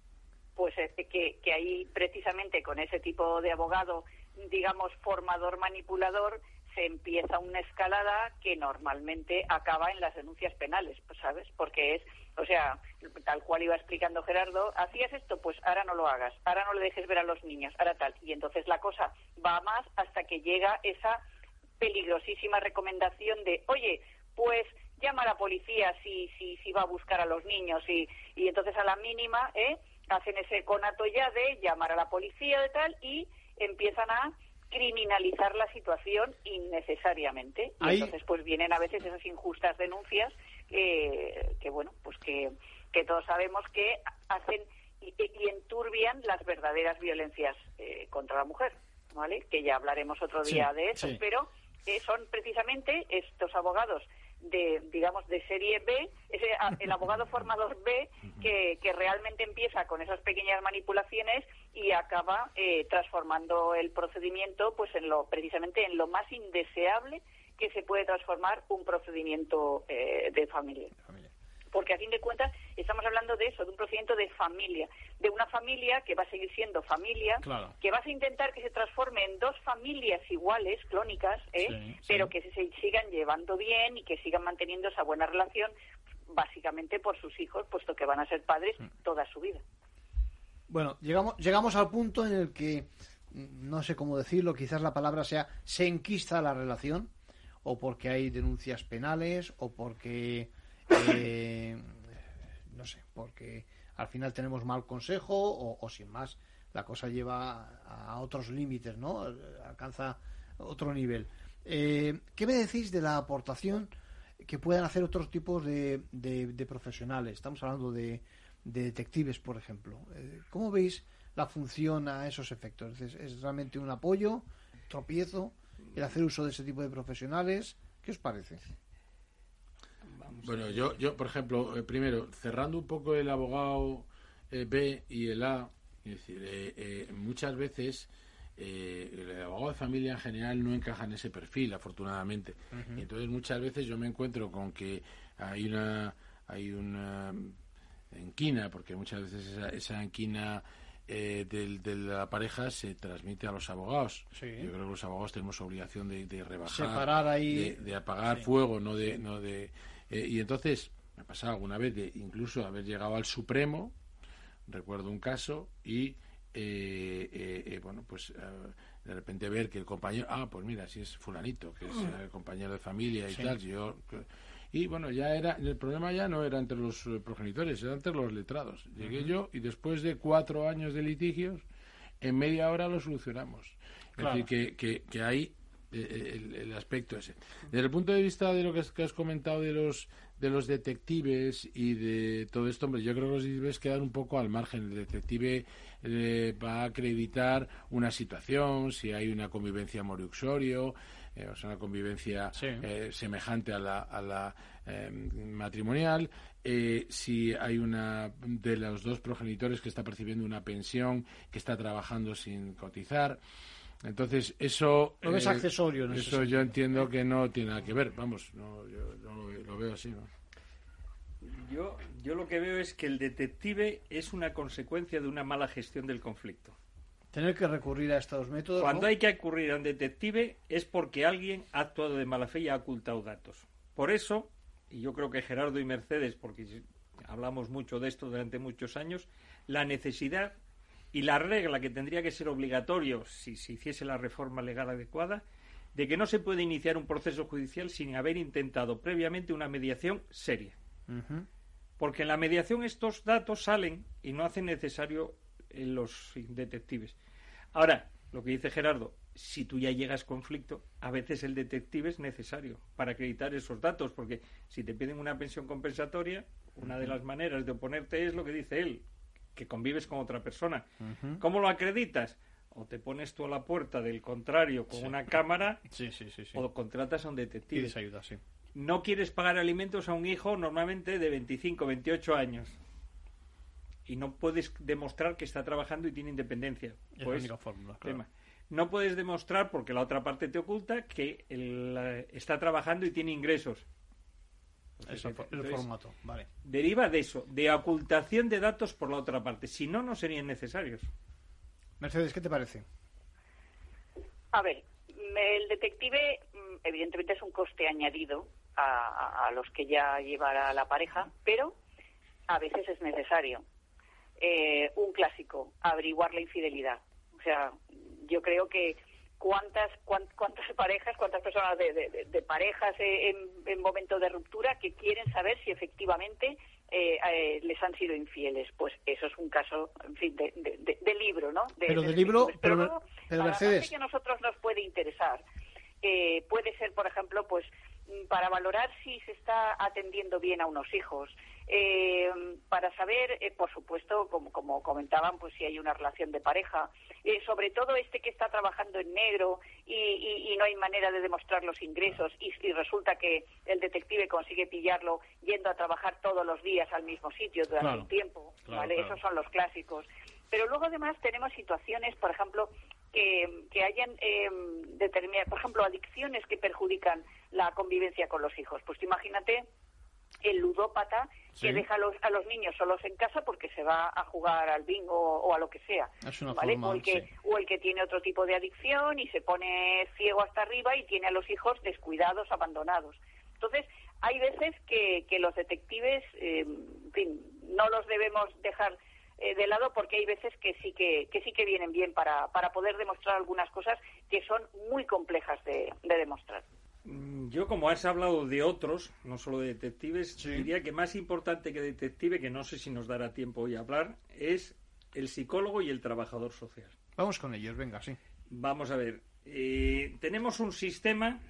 Speaker 17: pues eh, que, que ahí precisamente con ese tipo de abogado, digamos, formador manipulador, se empieza una escalada que normalmente acaba en las denuncias penales, pues, ¿sabes? Porque es, o sea, tal cual iba explicando Gerardo, hacías esto, pues ahora no lo hagas, ahora no le dejes ver a los niños, ahora tal. Y entonces la cosa va a más hasta que llega esa peligrosísima recomendación de, oye, pues llama a la policía si si si va a buscar a los niños y, y entonces a la mínima, ¿eh? Hacen ese conato ya de llamar a la policía de tal y empiezan a criminalizar la situación innecesariamente. Y
Speaker 2: Ahí...
Speaker 17: entonces pues vienen a veces esas injustas denuncias eh, que bueno, pues que, que todos sabemos que hacen y, y enturbian las verdaderas violencias eh, contra la mujer, ¿vale? Que ya hablaremos otro día
Speaker 2: sí,
Speaker 17: de eso,
Speaker 2: sí.
Speaker 17: pero eh, son precisamente estos abogados de, digamos, de serie B, ese, el abogado formador B, que, que realmente empieza con esas pequeñas manipulaciones y acaba eh, transformando el procedimiento, pues en lo, precisamente en lo más indeseable que se puede transformar un procedimiento eh, de familia. Porque a fin de cuentas estamos hablando de eso, de un procedimiento de familia, de una familia que va a seguir siendo familia,
Speaker 2: claro.
Speaker 17: que vas a intentar que se transforme en dos familias iguales, clónicas, ¿eh? Sí, pero sí. que se sigan llevando bien y que sigan manteniendo esa buena relación, básicamente por sus hijos, puesto que van a ser padres toda su vida.
Speaker 2: Bueno, llegamos, llegamos al punto en el que, no sé cómo decirlo, quizás la palabra sea, se enquista la relación, o porque hay denuncias penales, o porque... Eh, no sé, porque al final tenemos mal consejo o, o sin más la cosa lleva a, a otros límites, ¿no? Alcanza otro nivel. Eh, ¿Qué me decís de la aportación que puedan hacer otros tipos de, de, de profesionales? Estamos hablando de, de detectives, por ejemplo. Eh, ¿Cómo veis la función a esos efectos? ¿Es, es realmente un apoyo, tropiezo, el hacer uso de ese tipo de profesionales? ¿Qué os parece?
Speaker 19: Bueno, yo, yo por ejemplo, eh, primero, cerrando un poco el abogado eh, B y el A, es decir, eh, eh, muchas veces eh, el abogado de familia en general no encaja en ese perfil, afortunadamente. Uh-huh. Y entonces muchas veces yo me encuentro con que hay una hay una enquina, porque muchas veces esa, esa enquina eh, del, de la pareja se transmite a los abogados. Sí. Yo creo que los abogados tenemos obligación de, de rebajar,
Speaker 2: separar ahí,
Speaker 19: de, de apagar sí. fuego, no de no de Eh, y entonces, me ha pasado alguna vez de incluso haber llegado al Supremo, recuerdo un caso, y eh, eh, eh, bueno, pues eh, de repente ver que el compañero, ah, pues mira, si es fulanito, que es eh, compañero de familia y sí. tal, yo, y bueno, ya era, el problema ya no era entre los progenitores, era entre los letrados. Llegué uh-huh. yo y después de cuatro años de litigios, en media hora lo solucionamos. Claro. Es decir, que, que, que hay El, el aspecto ese. Desde el punto de vista de lo que has, que has comentado de los de los detectives y de todo esto, hombre, yo creo que los detectives quedan un poco al margen. El detective eh, va a acreditar una situación, si hay una convivencia moriuxorio, eh, o sea, una convivencia sí. eh, semejante a la, a la eh, matrimonial, eh, si hay una de los dos progenitores que está percibiendo una pensión, que está trabajando sin cotizar. Entonces, eso...
Speaker 2: Lo ves eh, accesorio. En
Speaker 19: eso yo entiendo que no tiene nada que ver. Vamos, no, yo, yo lo, lo veo así, ¿no?
Speaker 18: Yo, yo lo que veo es que el detective es una consecuencia de una mala gestión del conflicto.
Speaker 2: Tener que recurrir a estos métodos...
Speaker 18: Cuando
Speaker 2: ¿no?
Speaker 18: hay que recurrir a un detective es porque alguien ha actuado de mala fe y ha ocultado datos. Por eso, y yo creo que Gerardo y Mercedes, porque hablamos mucho de esto durante muchos años, la necesidad... y la regla que tendría que ser obligatorio si se hiciese la reforma legal adecuada, de que no se puede iniciar un proceso judicial sin haber intentado previamente una mediación seria. Uh-huh. Porque en la mediación estos datos salen y no hacen necesario en los detectives. Ahora, lo que dice Gerardo, si tú ya llegas a conflicto, a veces el detective es necesario para acreditar esos datos, porque si te piden una pensión compensatoria, una de las maneras de oponerte es lo que dice él, que convives con otra persona. Uh-huh. ¿Cómo lo acreditas? o te pones tú a la puerta del contrario con sí. una cámara,
Speaker 2: sí, sí, sí, sí.
Speaker 18: o contratas a un detective.
Speaker 2: Pides ayuda, sí.
Speaker 18: No quieres pagar alimentos a un hijo normalmente de veinticinco, veintiocho años. Y no puedes demostrar que está trabajando y tiene independencia.
Speaker 2: Es
Speaker 18: pues,
Speaker 2: la única fórmula, claro.
Speaker 18: tema. No puedes demostrar, porque la otra parte te oculta, que el, uh, está trabajando y tiene ingresos.
Speaker 2: Eso,
Speaker 18: Entonces,
Speaker 2: el formato, vale.
Speaker 18: Deriva de eso, de ocultación de datos por la otra parte. Si no, no serían necesarios.
Speaker 2: Mercedes, ¿qué te parece?
Speaker 17: A ver, el detective evidentemente es un coste añadido a, a, a los que ya llevará la pareja, pero a veces es necesario. Eh, un clásico, averiguar la infidelidad. O sea, yo creo que cuántas cuántas, cuántas parejas, cuántas personas de, de, de parejas en, en momento de ruptura que quieren saber si efectivamente eh, eh, les han sido infieles. Pues eso es un caso, en fin, de, de, de, de libro, ¿no? De,
Speaker 2: pero de,
Speaker 17: de
Speaker 2: libro,
Speaker 17: pero,
Speaker 2: pero,
Speaker 17: luego,
Speaker 2: pero
Speaker 17: para
Speaker 2: Mercedes...
Speaker 17: la parte que a nosotros nos puede interesar, eh, puede ser, por ejemplo, pues para valorar si se está atendiendo bien a unos hijos, eh, para saber, eh, por supuesto, como, como comentaban, pues si hay una relación de pareja, eh, sobre todo este que está trabajando en negro y, y, y no hay manera de demostrar los ingresos y, y resulta que el detective consigue pillarlo yendo a trabajar todos los días al mismo sitio durante
Speaker 2: claro,
Speaker 17: un tiempo,
Speaker 2: claro,
Speaker 17: ¿vale?
Speaker 2: Claro.
Speaker 17: Esos son los clásicos. Pero luego además tenemos situaciones, por ejemplo, que, que hayan eh, determinadas, por ejemplo, adicciones que perjudican la convivencia con los hijos. Pues imagínate el ludópata sí. que deja a los, a los niños solos en casa porque se va a jugar al bingo o, o a lo que sea.
Speaker 2: Es una
Speaker 17: ¿vale?
Speaker 2: forma,
Speaker 17: o, el que,
Speaker 2: sí.
Speaker 17: o el que tiene otro tipo de adicción y se pone ciego hasta arriba y tiene a los hijos descuidados, abandonados. Entonces, hay veces que, que los detectives, eh, en fin, no los debemos dejar eh, de lado porque hay veces que sí que, que sí que vienen bien para, para poder demostrar algunas cosas que son muy complejas de, de demostrar.
Speaker 18: Yo, como has hablado de otros, no solo de detectives, sí. diría que más importante que detective, que no sé si nos dará tiempo hoy a hablar, es el psicólogo y el trabajador social.
Speaker 2: Vamos con ellos, venga, sí.
Speaker 18: Vamos a ver. Eh, tenemos un sistema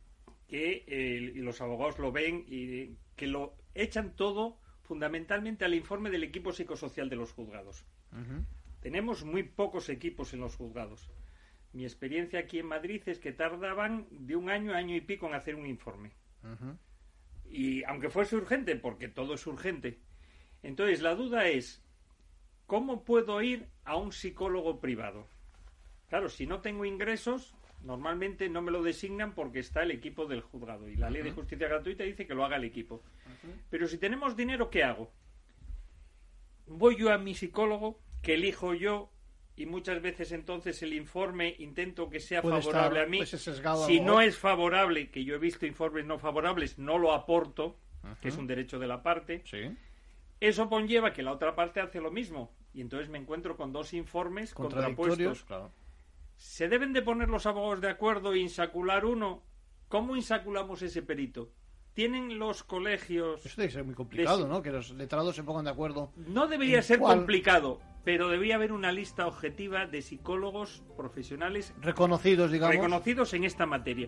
Speaker 18: que eh, y los abogados lo ven y que lo echan todo fundamentalmente al informe del equipo psicosocial de los juzgados. Uh-huh. Tenemos muy pocos equipos en los juzgados. Mi experiencia aquí en Madrid es que tardaban de un año a año y pico en hacer un informe. Uh-huh. Y aunque fuese urgente, porque todo es urgente. Entonces, la duda es, ¿cómo puedo ir a un psicólogo privado? Claro, si no tengo ingresos, normalmente no me lo designan porque está el equipo del juzgado. Y la uh-huh. ley de justicia gratuita dice que lo haga el equipo. Uh-huh. Pero si tenemos dinero, ¿qué hago? Voy yo a mi psicólogo, que elijo yo, y muchas veces entonces el informe intento que sea
Speaker 2: Puede
Speaker 18: favorable
Speaker 2: estar,
Speaker 18: a mí.
Speaker 2: pues, sesgado
Speaker 18: si
Speaker 2: a
Speaker 18: no es favorable, que yo he visto informes no favorables, no lo aporto, uh-huh. que es un derecho de la parte.
Speaker 2: Sí.
Speaker 18: Eso conlleva que la otra parte hace lo mismo. Y entonces me encuentro con dos informes contrapuestos.
Speaker 2: Claro.
Speaker 18: ¿Se deben de poner los abogados de acuerdo e insacular uno? ¿Cómo insaculamos ese perito? ¿Tienen los colegios...?
Speaker 2: Eso debe ser muy complicado, de... ¿no? Que los letrados se pongan de acuerdo.
Speaker 18: No debería ser
Speaker 2: cuál...
Speaker 18: complicado, pero debería haber una lista objetiva de psicólogos profesionales...
Speaker 2: Reconocidos, digamos.
Speaker 18: Reconocidos en esta materia.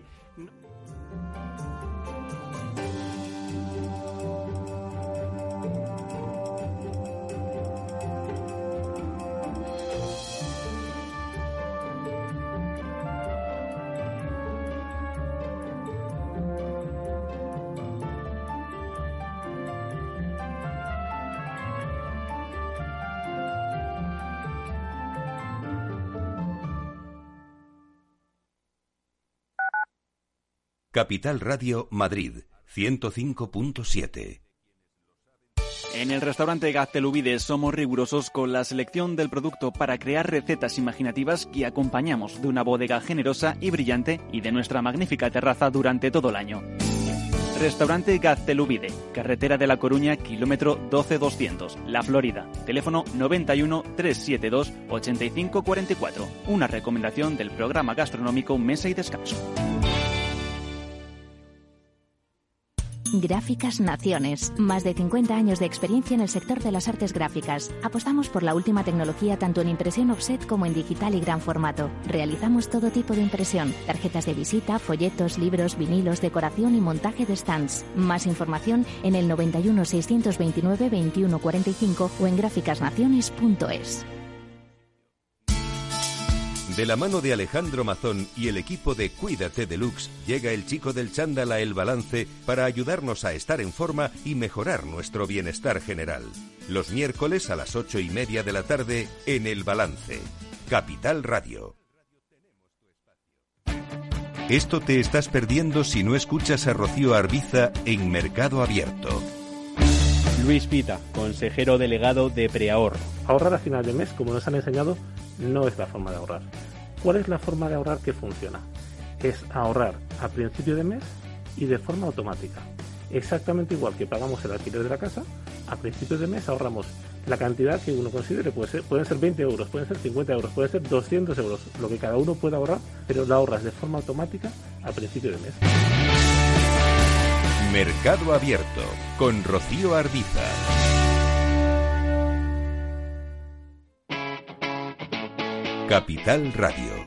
Speaker 13: Capital Radio Madrid, ciento cinco punto siete.
Speaker 20: En el restaurante Gaztelubides somos rigurosos con la selección del producto para crear recetas imaginativas que acompañamos de una bodega generosa y brillante y de nuestra magnífica terraza durante todo el año. Restaurante Gaztelubide, carretera de La Coruña, kilómetro doce doscientos, La Florida. Teléfono noventa y uno, trescientos setenta y dos, ochenta y cinco cuarenta y cuatro. Una recomendación del programa gastronómico Mesa y Descanso.
Speaker 3: Gráficas Naciones. Más de cincuenta años de experiencia en el sector de las artes gráficas. Apostamos por la última tecnología tanto en impresión offset como en digital y gran formato. Realizamos todo tipo de impresión. Tarjetas de visita, folletos, libros, vinilos, decoración y montaje de stands. Más información en el noventa y uno, seiscientos veintinueve, veintiuno cuarenta y cinco o en gráficas naciones punto es.
Speaker 13: De la mano de Alejandro Mazón y el equipo de Cuídate Deluxe, llega el chico del chándal a El Balance para ayudarnos a estar en forma y mejorar nuestro bienestar general. Los miércoles a las ocho y media de la tarde en El Balance. Capital Radio. Esto te estás perdiendo si no escuchas a Rocío Arbiza en Mercado Abierto.
Speaker 21: Luis Pita, consejero delegado de Preahorro.
Speaker 22: Ahorrar a final de mes, como nos han enseñado, no es la forma de ahorrar. ¿Cuál es la forma de ahorrar que funciona? Es ahorrar a principio de mes y de forma automática. Exactamente igual que pagamos el alquiler de la casa, a principio de mes ahorramos la cantidad que uno considere. Puede ser, pueden ser veinte euros, pueden ser cincuenta euros, pueden ser doscientos euros, lo que cada uno pueda ahorrar, pero lo ahorras de forma automática a principio de mes.
Speaker 13: Mercado Abierto, con Rocío Arbiza. Capital Radio.